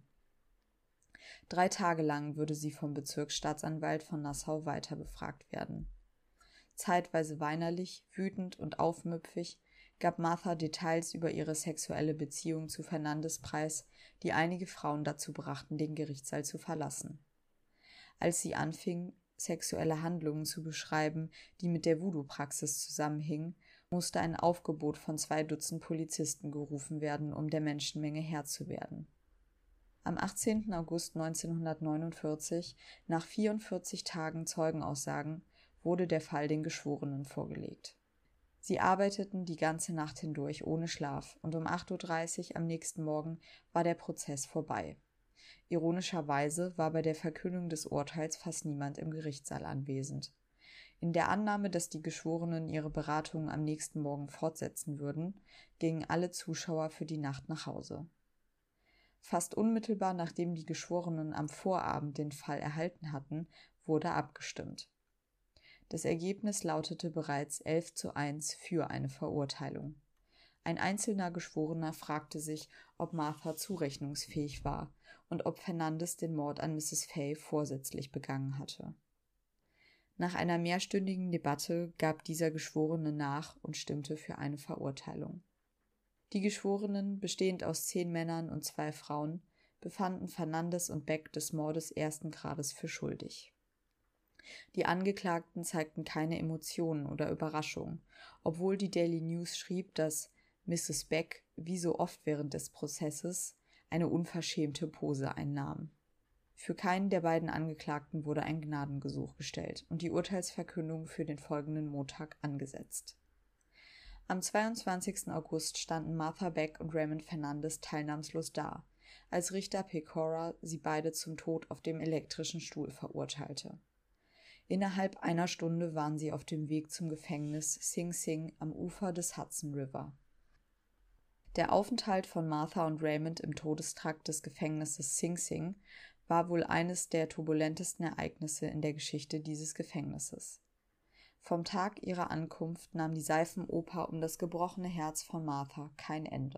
Drei Tage lang würde sie vom Bezirksstaatsanwalt von Nassau weiter befragt werden. Zeitweise weinerlich, wütend und aufmüpfig gab Martha Details über ihre sexuelle Beziehung zu Fernandes preis, die einige Frauen dazu brachten, den Gerichtssaal zu verlassen. Als sie anfing, sexuelle Handlungen zu beschreiben, die mit der Voodoo-Praxis zusammenhingen, musste ein Aufgebot von zwei Dutzend Polizisten gerufen werden, um der Menschenmenge Herr zu werden. Am achtzehnten August neunzehnhundertneunundvierzig, nach vierundvierzig Tagen Zeugenaussagen, wurde der Fall den Geschworenen vorgelegt. Sie arbeiteten die ganze Nacht hindurch ohne Schlaf und um acht Uhr dreißig am nächsten Morgen war der Prozess vorbei. Ironischerweise war bei der Verkündung des Urteils fast niemand im Gerichtssaal anwesend. In der Annahme, dass die Geschworenen ihre Beratungen am nächsten Morgen fortsetzen würden, gingen alle Zuschauer für die Nacht nach Hause. Fast unmittelbar nachdem die Geschworenen am Vorabend den Fall erhalten hatten, wurde abgestimmt. Das Ergebnis lautete bereits elf zu eins für eine Verurteilung. Ein einzelner Geschworener fragte sich, ob Martha zurechnungsfähig war und ob Fernandes den Mord an Misses Fay vorsätzlich begangen hatte. Nach einer mehrstündigen Debatte gab dieser Geschworene nach und stimmte für eine Verurteilung. Die Geschworenen, bestehend aus zehn Männern und zwei Frauen, befanden Fernandes und Beck des Mordes ersten Grades für schuldig. Die Angeklagten zeigten keine Emotionen oder Überraschung, obwohl die Daily News schrieb, dass Misses Beck, wie so oft während des Prozesses, eine unverschämte Pose einnahm. Für keinen der beiden Angeklagten wurde ein Gnadengesuch gestellt und die Urteilsverkündung für den folgenden Montag angesetzt. Am zweiundzwanzigsten August standen Martha Beck und Raymond Fernandes teilnahmslos da, als Richter Pecora sie beide zum Tod auf dem elektrischen Stuhl verurteilte. Innerhalb einer Stunde waren sie auf dem Weg zum Gefängnis Sing Sing am Ufer des Hudson River. Der Aufenthalt von Martha und Raymond im Todestrakt des Gefängnisses Sing Sing war wohl eines der turbulentesten Ereignisse in der Geschichte dieses Gefängnisses. Vom Tag ihrer Ankunft nahm die Seifenoper um das gebrochene Herz von Martha kein Ende.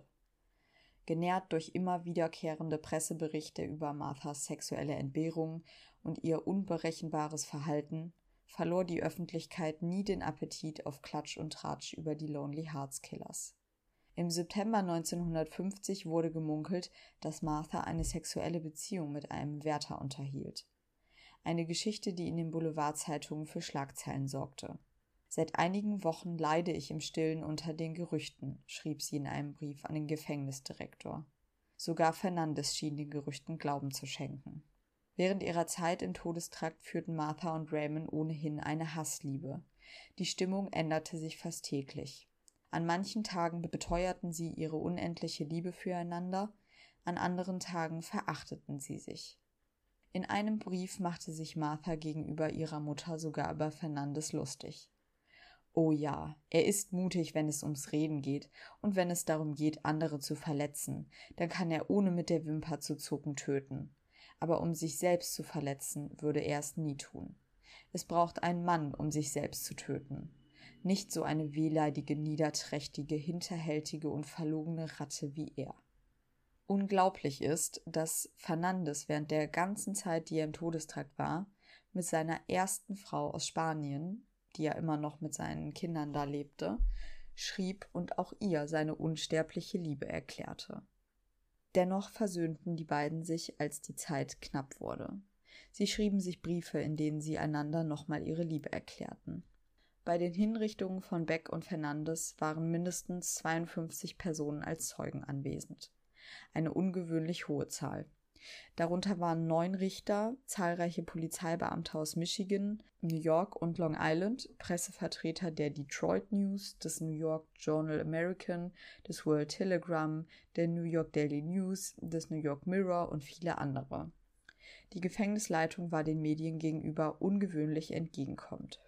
Genährt durch immer wiederkehrende Presseberichte über Marthas sexuelle Entbehrung und ihr unberechenbares Verhalten, verlor die Öffentlichkeit nie den Appetit auf Klatsch und Tratsch über die Lonely Hearts Killers. Im September neunzehnhundertfünfzig wurde gemunkelt, dass Martha eine sexuelle Beziehung mit einem Wärter unterhielt. Eine Geschichte, die in den Boulevardzeitungen für Schlagzeilen sorgte. »Seit einigen Wochen leide ich im Stillen unter den Gerüchten«, schrieb sie in einem Brief an den Gefängnisdirektor. Sogar Fernandes schien den Gerüchten Glauben zu schenken. Während ihrer Zeit im Todestrakt führten Martha und Raymond ohnehin eine Hassliebe. Die Stimmung änderte sich fast täglich. An manchen Tagen beteuerten sie ihre unendliche Liebe füreinander, an anderen Tagen verachteten sie sich. In einem Brief machte sich Martha gegenüber ihrer Mutter sogar über Fernandes lustig. »Oh ja, er ist mutig, wenn es ums Reden geht, und wenn es darum geht, andere zu verletzen, dann kann er ohne mit der Wimper zu zucken töten. Aber um sich selbst zu verletzen, würde er es nie tun. Es braucht einen Mann, um sich selbst zu töten. Nicht so eine wehleidige, niederträchtige, hinterhältige und verlogene Ratte wie er.« Unglaublich ist, dass Fernandes während der ganzen Zeit, die er im Todestrakt war, mit seiner ersten Frau aus Spanien, die ja immer noch mit seinen Kindern da lebte, schrieb und auch ihr seine unsterbliche Liebe erklärte. Dennoch versöhnten die beiden sich, als die Zeit knapp wurde. Sie schrieben sich Briefe, in denen sie einander nochmal ihre Liebe erklärten. Bei den Hinrichtungen von Beck und Fernandes waren mindestens zweiundfünfzig Personen als Zeugen anwesend. Eine ungewöhnlich hohe Zahl. Darunter waren neun Richter, zahlreiche Polizeibeamte aus Michigan, New York und Long Island, Pressevertreter der Detroit News, des New York Journal American, des World Telegram, der New York Daily News, des New York Mirror und viele andere. Die Gefängnisleitung war den Medien gegenüber ungewöhnlich entgegenkommend.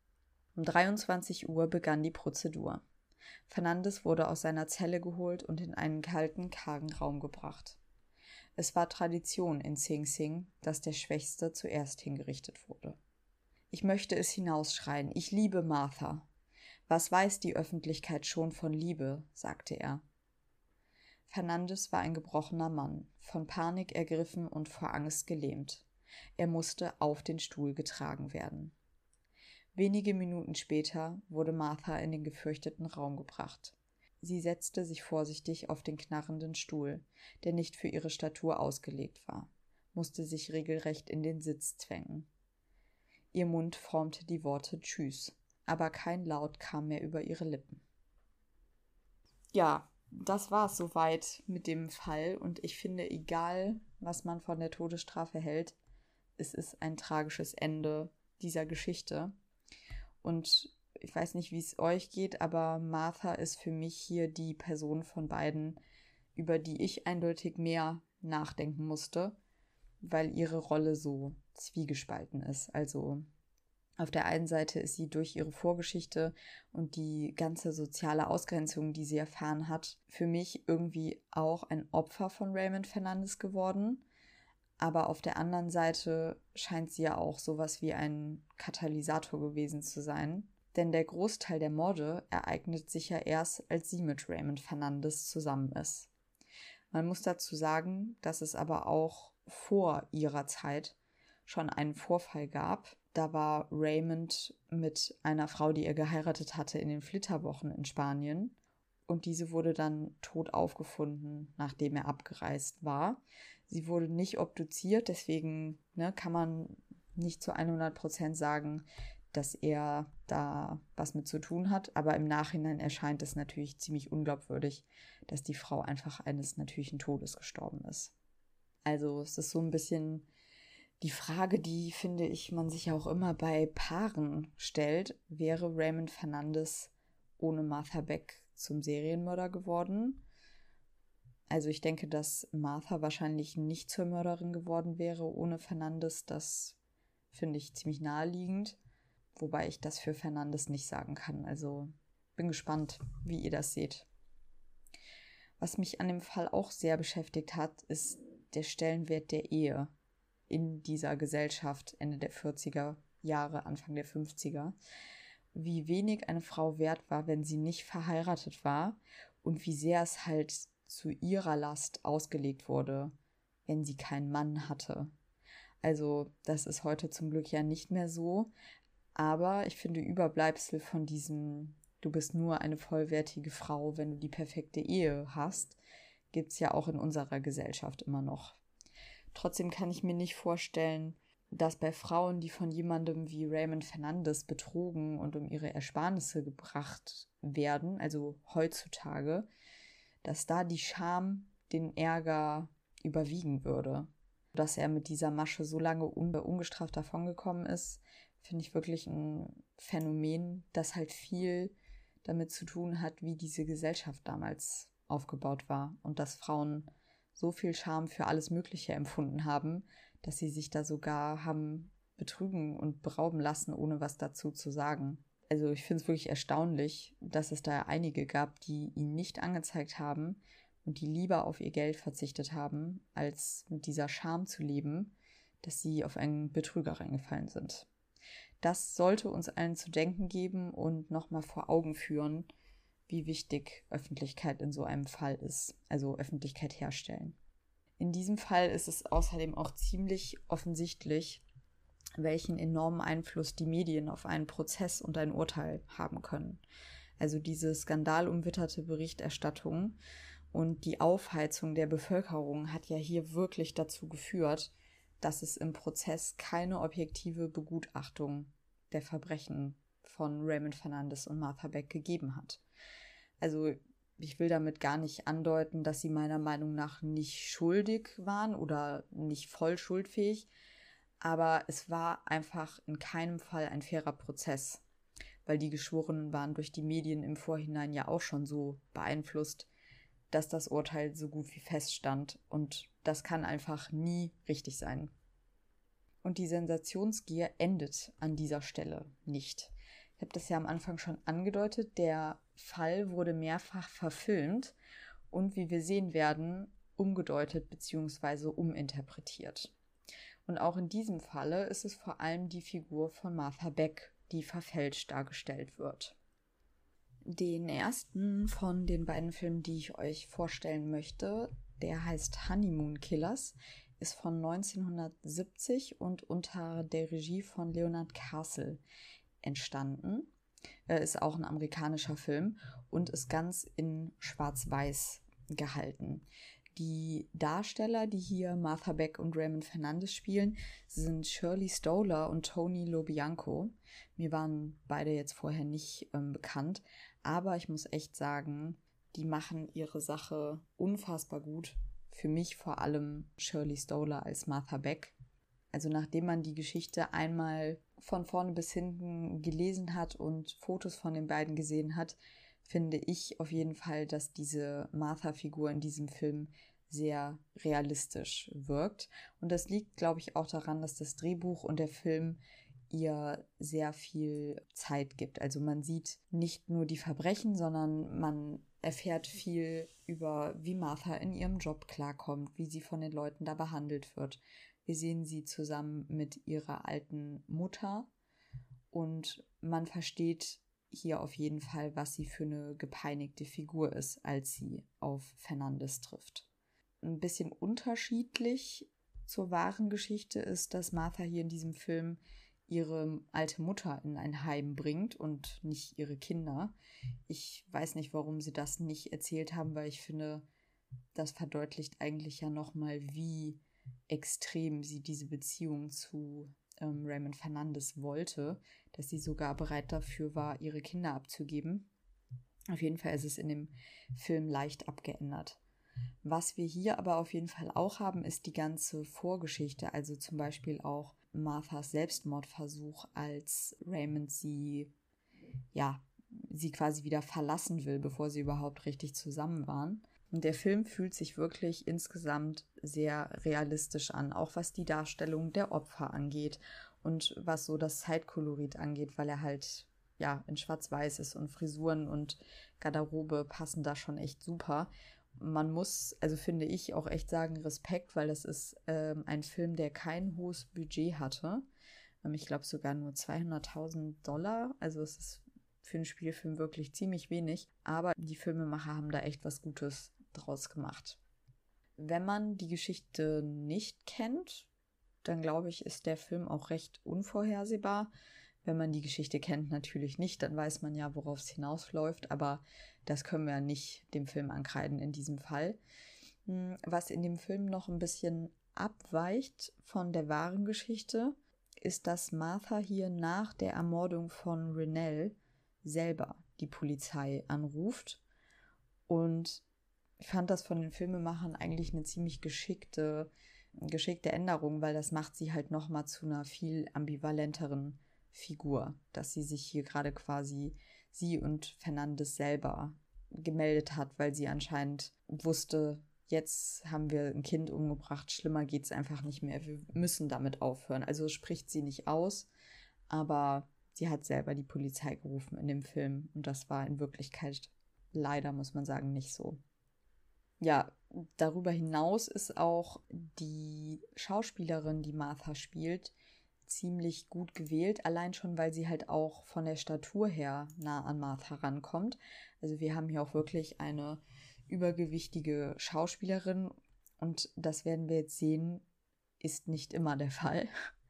Um dreiundzwanzig Uhr begann die Prozedur. Fernandes wurde aus seiner Zelle geholt und in einen kalten, kargen Raum gebracht. Es war Tradition in Sing Sing, dass der Schwächste zuerst hingerichtet wurde. »Ich möchte es hinausschreien, ich liebe Martha. Was weiß die Öffentlichkeit schon von Liebe?«, sagte er. Fernandes war ein gebrochener Mann, von Panik ergriffen und vor Angst gelähmt. Er musste auf den Stuhl getragen werden. Wenige Minuten später wurde Martha in den gefürchteten Raum gebracht. Sie setzte sich vorsichtig auf den knarrenden Stuhl, der nicht für ihre Statur ausgelegt war, musste sich regelrecht in den Sitz zwängen. Ihr Mund formte die Worte Tschüss, aber kein Laut kam mehr über ihre Lippen. Ja, das war es soweit mit dem Fall und ich finde, egal was man von der Todesstrafe hält, es ist ein tragisches Ende dieser Geschichte. Und ich weiß nicht, wie es euch geht, aber Martha ist für mich hier die Person von beiden, über die ich eindeutig mehr nachdenken musste, weil ihre Rolle so zwiegespalten ist. Also auf der einen Seite ist sie durch ihre Vorgeschichte und die ganze soziale Ausgrenzung, die sie erfahren hat, für mich irgendwie auch ein Opfer von Raymond Fernandes geworden. Aber auf der anderen Seite scheint sie ja auch sowas wie ein Katalysator gewesen zu sein. Denn der Großteil der Morde ereignet sich ja erst, als sie mit Raymond Fernandes zusammen ist. Man muss dazu sagen, dass es aber auch vor ihrer Zeit schon einen Vorfall gab. Da war Raymond mit einer Frau, die er geheiratet hatte, in den Flitterwochen in Spanien. Und diese wurde dann tot aufgefunden, nachdem er abgereist war. Sie wurde nicht obduziert, deswegen ne, kann man nicht zu hundert Prozent sagen, dass er da was mit zu tun hat. Aber im Nachhinein erscheint es natürlich ziemlich unglaubwürdig, dass die Frau einfach eines natürlichen Todes gestorben ist. Also es ist so ein bisschen die Frage, die, finde ich, man sich auch immer bei Paaren stellt, wäre Raymond Fernandes ohne Martha Beck zum Serienmörder geworden? Also ich denke, dass Martha wahrscheinlich nicht zur Mörderin geworden wäre ohne Fernandes. Das finde ich ziemlich naheliegend, wobei ich das für Fernandes nicht sagen kann. Also bin gespannt, wie ihr das seht. Was mich an dem Fall auch sehr beschäftigt hat, ist der Stellenwert der Ehe in dieser Gesellschaft Ende der vierziger Jahre, Anfang der fünfziger. Wie wenig eine Frau wert war, wenn sie nicht verheiratet war und wie sehr es halt zu ihrer Last ausgelegt wurde, wenn sie keinen Mann hatte. Also das ist heute zum Glück ja nicht mehr so, aber ich finde Überbleibsel von diesem du bist nur eine vollwertige Frau, wenn du die perfekte Ehe hast, gibt es ja auch in unserer Gesellschaft immer noch. Trotzdem kann ich mir nicht vorstellen, dass bei Frauen, die von jemandem wie Raymond Fernandes betrogen und um ihre Ersparnisse gebracht werden, also heutzutage, dass da die Scham den Ärger überwiegen würde. Dass er mit dieser Masche so lange un- ungestraft davongekommen ist, finde ich wirklich ein Phänomen, das halt viel damit zu tun hat, wie diese Gesellschaft damals aufgebaut war und dass Frauen so viel Scham für alles Mögliche empfunden haben, dass sie sich da sogar haben betrügen und berauben lassen, ohne was dazu zu sagen. Also ich finde es wirklich erstaunlich, dass es da einige gab, die ihn nicht angezeigt haben und die lieber auf ihr Geld verzichtet haben, als mit dieser Scham zu leben, dass sie auf einen Betrüger reingefallen sind. Das sollte uns allen zu denken geben und nochmal vor Augen führen, wie wichtig Öffentlichkeit in so einem Fall ist, also Öffentlichkeit herstellen. In diesem Fall ist es außerdem auch ziemlich offensichtlich, welchen enormen Einfluss die Medien auf einen Prozess und ein Urteil haben können. Also diese skandalumwitterte Berichterstattung und die Aufheizung der Bevölkerung hat ja hier wirklich dazu geführt, dass es im Prozess keine objektive Begutachtung der Verbrechen von Raymond Fernandes und Martha Beck gegeben hat. Also ich will damit gar nicht andeuten, dass sie meiner Meinung nach nicht schuldig waren oder nicht voll schuldfähig, aber es war einfach in keinem Fall ein fairer Prozess, weil die Geschworenen waren durch die Medien im Vorhinein ja auch schon so beeinflusst, dass das Urteil so gut wie feststand und das kann einfach nie richtig sein. Und die Sensationsgier endet an dieser Stelle nicht. Ich habe das ja am Anfang schon angedeutet, der Fall wurde mehrfach verfilmt und wie wir sehen werden, umgedeutet bzw. uminterpretiert. Und auch in diesem Falle ist es vor allem die Figur von Martha Beck, die verfälscht dargestellt wird. Den ersten von den beiden Filmen, die ich euch vorstellen möchte, der heißt Honeymoon Killers, ist von neunzehnhundertsiebzig und unter der Regie von Leonard Castle entstanden. Er ist auch ein amerikanischer Film und ist ganz in Schwarz-Weiß gehalten. Die Darsteller, die hier Martha Beck und Raymond Fernandes spielen, sind Shirley Stoller und Tony Lobianco. Mir waren beide jetzt vorher nicht ähm, bekannt, aber ich muss echt sagen, die machen ihre Sache unfassbar gut. Für mich vor allem Shirley Stoller als Martha Beck. Also nachdem man die Geschichte einmal von vorne bis hinten gelesen hat und Fotos von den beiden gesehen hat, finde ich auf jeden Fall, dass diese Martha-Figur in diesem Film sehr realistisch wirkt. Und das liegt, glaube ich, auch daran, dass das Drehbuch und der Film ihr sehr viel Zeit gibt. Also man sieht nicht nur die Verbrechen, sondern man erfährt viel über, wie Martha in ihrem Job klarkommt, wie sie von den Leuten da behandelt wird. Wir sehen sie zusammen mit ihrer alten Mutter und man versteht hier auf jeden Fall, was sie für eine gepeinigte Figur ist, als sie auf Fernandes trifft. Ein bisschen unterschiedlich zur wahren Geschichte ist, dass Martha hier in diesem Film ihre alte Mutter in ein Heim bringt und nicht ihre Kinder. Ich weiß nicht, warum sie das nicht erzählt haben, weil ich finde, das verdeutlicht eigentlich ja nochmal, wie extrem sie diese Beziehung zu ähm, Raymond Fernandes wollte, dass sie sogar bereit dafür war, ihre Kinder abzugeben. Auf jeden Fall ist es in dem Film leicht abgeändert. Was wir hier aber auf jeden Fall auch haben, ist die ganze Vorgeschichte, also zum Beispiel auch Marthas Selbstmordversuch, als Raymond sie, ja, sie quasi wieder verlassen will, bevor sie überhaupt richtig zusammen waren. Und der Film fühlt sich wirklich insgesamt sehr realistisch an, auch was die Darstellung der Opfer angeht und was so das Zeitkolorit angeht, weil er halt, ja, in Schwarz-Weiß ist und Frisuren und Garderobe passen da schon echt super. Man muss, also finde ich, auch echt sagen, Respekt, weil das ist ähm, ein Film, der kein hohes Budget hatte. Ähm, ich glaube sogar nur zweihunderttausend Dollar. Also es ist für einen Spielfilm wirklich ziemlich wenig. Aber die Filmemacher haben da echt was Gutes draus gemacht. Wenn man die Geschichte nicht kennt, dann glaube ich, ist der Film auch recht unvorhersehbar. Wenn man die Geschichte kennt, natürlich nicht, dann weiß man ja, worauf es hinausläuft, aber das können wir ja nicht dem Film ankreiden in diesem Fall. Was in dem Film noch ein bisschen abweicht von der wahren Geschichte, ist, dass Martha hier nach der Ermordung von Rennell selber die Polizei anruft. Und ich fand das von den Filmemachern eigentlich eine ziemlich geschickte, geschickte Änderung, weil das macht sie halt nochmal zu einer viel ambivalenteren Figur, dass sie sich hier gerade quasi, sie und Fernandes selber gemeldet hat, weil sie anscheinend wusste, jetzt haben wir ein Kind umgebracht, schlimmer geht's einfach nicht mehr, wir müssen damit aufhören. Also spricht sie nicht aus, aber sie hat selber die Polizei gerufen in dem Film und das war in Wirklichkeit leider, muss man sagen, nicht so. Ja, darüber hinaus ist auch die Schauspielerin, die Martha spielt, ziemlich gut gewählt, allein schon, weil sie halt auch von der Statur her nah an Martha rankommt. Also wir haben hier auch wirklich eine übergewichtige Schauspielerin und das werden wir jetzt sehen, ist nicht immer der Fall.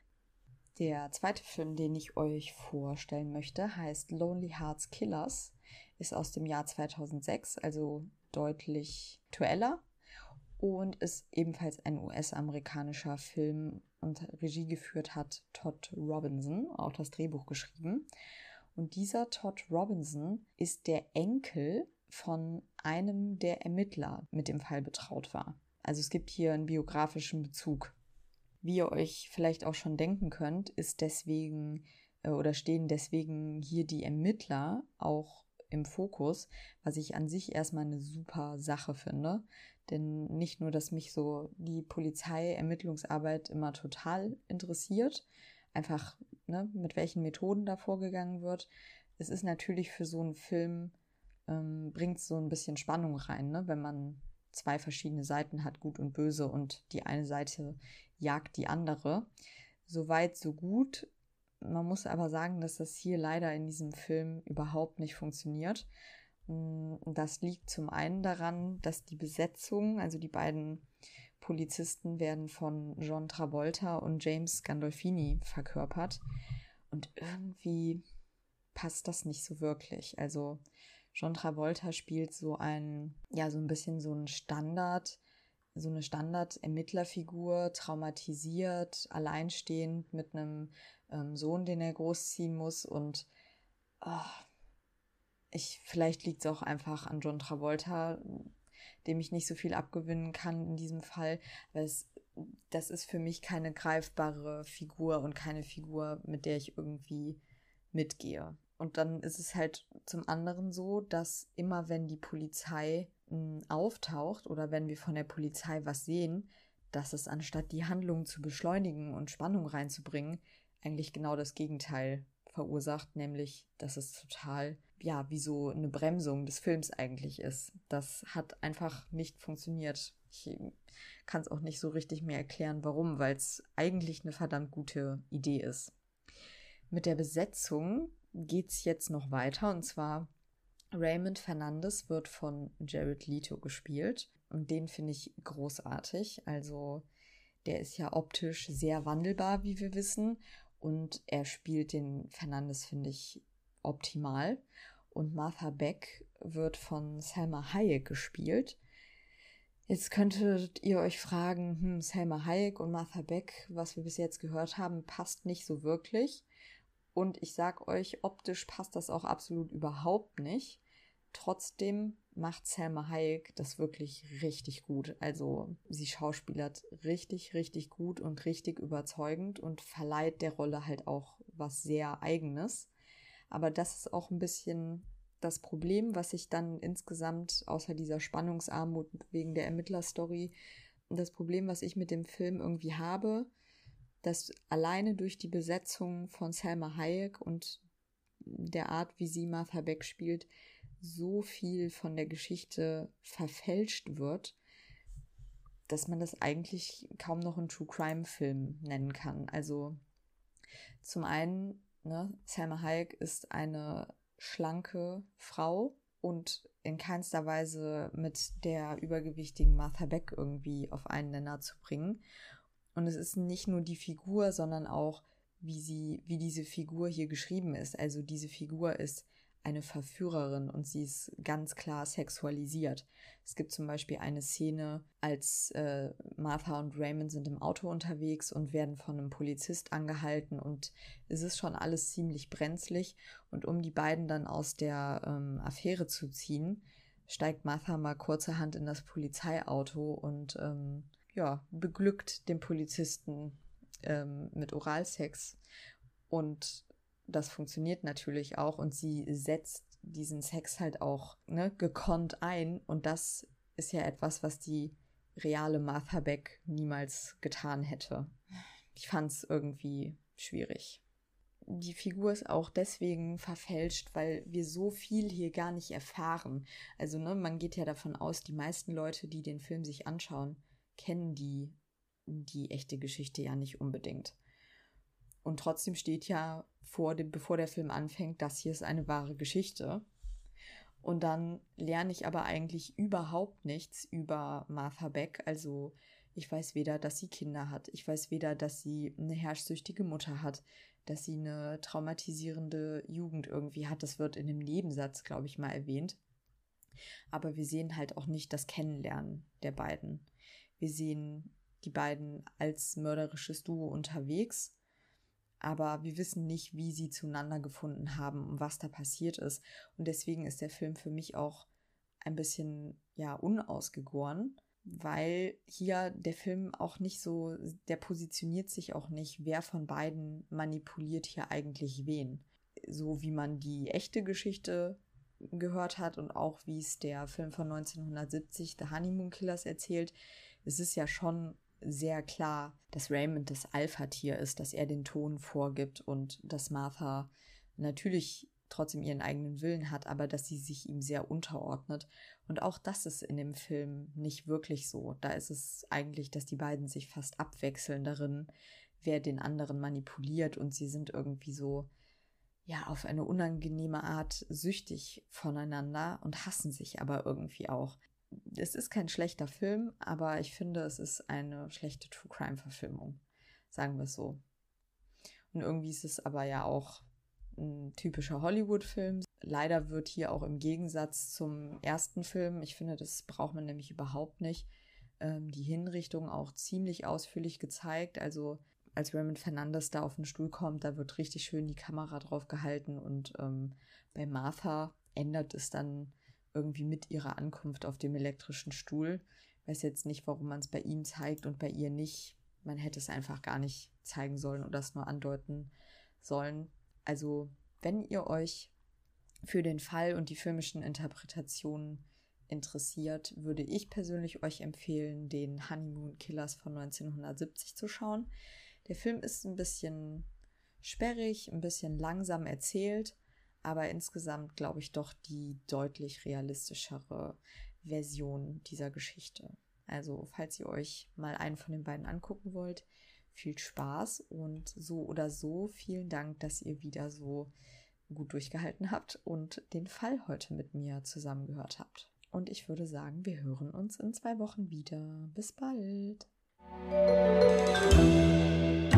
Der zweite Film, den ich euch vorstellen möchte, heißt Lonely Hearts Killers, ist aus dem Jahr zweitausendsechs, also deutlich aktueller und ist ebenfalls ein U S-amerikanischer Film und Regie geführt hat Todd Robinson, auch das Drehbuch geschrieben. Und dieser Todd Robinson ist der Enkel von einem der Ermittler, mit dem Fall betraut war. Also es gibt hier einen biografischen Bezug. Wie ihr euch vielleicht auch schon denken könnt, ist deswegen äh, oder stehen deswegen hier die Ermittler auch im Fokus, was ich an sich erstmal eine super Sache finde. Denn nicht nur, dass mich so die Polizei-Ermittlungsarbeit immer total interessiert, einfach, ne, mit welchen Methoden da vorgegangen wird. Es ist natürlich für so einen Film, ähm, bringt so ein bisschen Spannung rein, ne, wenn man zwei verschiedene Seiten hat, gut und böse, und die eine Seite jagt die andere. Soweit, so gut. Man muss aber sagen, dass das hier leider in diesem Film überhaupt nicht funktioniert. Das liegt zum einen daran, dass die Besetzung, also die beiden Polizisten, werden von John Travolta und James Gandolfini verkörpert. Und irgendwie passt das nicht so wirklich. Also John Travolta spielt so ein, ja, so ein bisschen so ein Standard, so eine Standard-Ermittlerfigur, traumatisiert, alleinstehend mit einem ähm, Sohn, den er großziehen muss. Und oh, ich, vielleicht liegt es auch einfach an John Travolta, dem ich nicht so viel abgewinnen kann in diesem Fall, weil es, das ist für mich keine greifbare Figur und keine Figur, mit der ich irgendwie mitgehe. Und dann ist es halt zum anderen so, dass immer wenn die Polizei mh, auftaucht oder wenn wir von der Polizei was sehen, dass es anstatt die Handlung zu beschleunigen und Spannung reinzubringen, eigentlich genau das Gegenteil verursacht, nämlich, dass es total, ja, wie so eine Bremsung des Films eigentlich ist. Das hat einfach nicht funktioniert. Ich kann es auch nicht so richtig mehr erklären, warum, weil es eigentlich eine verdammt gute Idee ist. Mit der Besetzung geht es jetzt noch weiter, und zwar Raymond Fernandez wird von Jared Leto gespielt und den finde ich großartig. Also der ist ja optisch sehr wandelbar, wie wir wissen, und er spielt den Fernandez, finde ich, optimal. Und Martha Beck wird von Salma Hayek gespielt. Jetzt könntet ihr euch fragen, hm, Salma Hayek und Martha Beck, was wir bis jetzt gehört haben, passt nicht so wirklich. Und ich sag euch, optisch passt das auch absolut überhaupt nicht. Trotzdem macht Salma Hayek das wirklich richtig gut. Also sie schauspielert richtig, richtig gut und richtig überzeugend und verleiht der Rolle halt auch was sehr Eigenes. Aber das ist auch ein bisschen das Problem, was ich dann insgesamt außer dieser Spannungsarmut wegen der Ermittlerstory, das Problem, was ich mit dem Film irgendwie habe, dass alleine durch die Besetzung von Salma Hayek und der Art, wie sie Martha Beck spielt, so viel von der Geschichte verfälscht wird, dass man das eigentlich kaum noch einen True-Crime-Film nennen kann. Also zum einen, ne, Salma Hayek ist eine schlanke Frau und in keinster Weise mit der übergewichtigen Martha Beck irgendwie auf einen Nenner zu bringen. Und es ist nicht nur die Figur, sondern auch, wie sie, wie diese Figur hier geschrieben ist. Also diese Figur ist eine Verführerin und sie ist ganz klar sexualisiert. Es gibt zum Beispiel eine Szene, als äh, Martha und Raymond sind im Auto unterwegs und werden von einem Polizist angehalten und es ist schon alles ziemlich brenzlig. Und um die beiden dann aus der ähm, Affäre zu ziehen, steigt Martha mal kurzerhand in das Polizeiauto und ähm, ja, beglückt den Polizisten ähm, mit Oralsex. Und das funktioniert natürlich auch und sie setzt diesen Sex halt auch, ne, gekonnt ein. Und das ist ja etwas, was die reale Martha Beck niemals getan hätte. Ich fand es irgendwie schwierig. Die Figur ist auch deswegen verfälscht, weil wir so viel hier gar nicht erfahren. Also, ne, man geht ja davon aus, die meisten Leute, die den Film sich anschauen, kennen die, die echte Geschichte ja nicht unbedingt. Und trotzdem steht ja, vor dem, bevor der Film anfängt, das hier ist eine wahre Geschichte. Und dann lerne ich aber eigentlich überhaupt nichts über Martha Beck. Also ich weiß weder, dass sie Kinder hat. Ich weiß weder, dass sie eine herrschsüchtige Mutter hat, dass sie eine traumatisierende Jugend irgendwie hat. Das wird in dem Nebensatz, glaube ich, mal erwähnt. Aber wir sehen halt auch nicht das Kennenlernen der beiden. Wir sehen die beiden als mörderisches Duo unterwegs, aber wir wissen nicht, wie sie zueinander gefunden haben und was da passiert ist. Und deswegen ist der Film für mich auch ein bisschen, ja, unausgegoren, weil hier der Film auch nicht so, der positioniert sich auch nicht, wer von beiden manipuliert hier eigentlich wen. So wie man die echte Geschichte gehört hat und auch wie es der Film von neunzehnhundertsiebzig, The Honeymoon Killers, erzählt, es ist ja schon sehr klar, dass Raymond das Alpha-Tier ist, dass er den Ton vorgibt und dass Martha natürlich trotzdem ihren eigenen Willen hat, aber dass sie sich ihm sehr unterordnet. Und auch das ist in dem Film nicht wirklich so. Da ist es eigentlich, dass die beiden sich fast abwechseln darin, wer den anderen manipuliert, und sie sind irgendwie so, ja, auf eine unangenehme Art süchtig voneinander und hassen sich aber irgendwie auch. Es ist kein schlechter Film, aber ich finde, es ist eine schlechte True-Crime-Verfilmung. Sagen wir es so. Und irgendwie ist es aber ja auch ein typischer Hollywood-Film. Leider wird hier auch im Gegensatz zum ersten Film, ich finde, das braucht man nämlich überhaupt nicht, ähm, die Hinrichtung auch ziemlich ausführlich gezeigt. Also als Raymond Fernandez da auf den Stuhl kommt, da wird richtig schön die Kamera drauf gehalten und ähm, bei Martha ändert es dann irgendwie mit ihrer Ankunft auf dem elektrischen Stuhl. Ich weiß jetzt nicht, warum man es bei ihm zeigt und bei ihr nicht. Man hätte es einfach gar nicht zeigen sollen oder es nur andeuten sollen. Also, wenn ihr euch für den Fall und die filmischen Interpretationen interessiert, würde ich persönlich euch empfehlen, den Honeymoon Killers von neunzehnhundertsiebzig zu schauen. Der Film ist ein bisschen sperrig, ein bisschen langsam erzählt, aber insgesamt glaube ich doch die deutlich realistischere Version dieser Geschichte. Also falls ihr euch mal einen von den beiden angucken wollt, viel Spaß und so oder so vielen Dank, dass ihr wieder so gut durchgehalten habt und den Fall heute mit mir zusammengehört habt. Und ich würde sagen, wir hören uns in zwei Wochen wieder. Bis bald!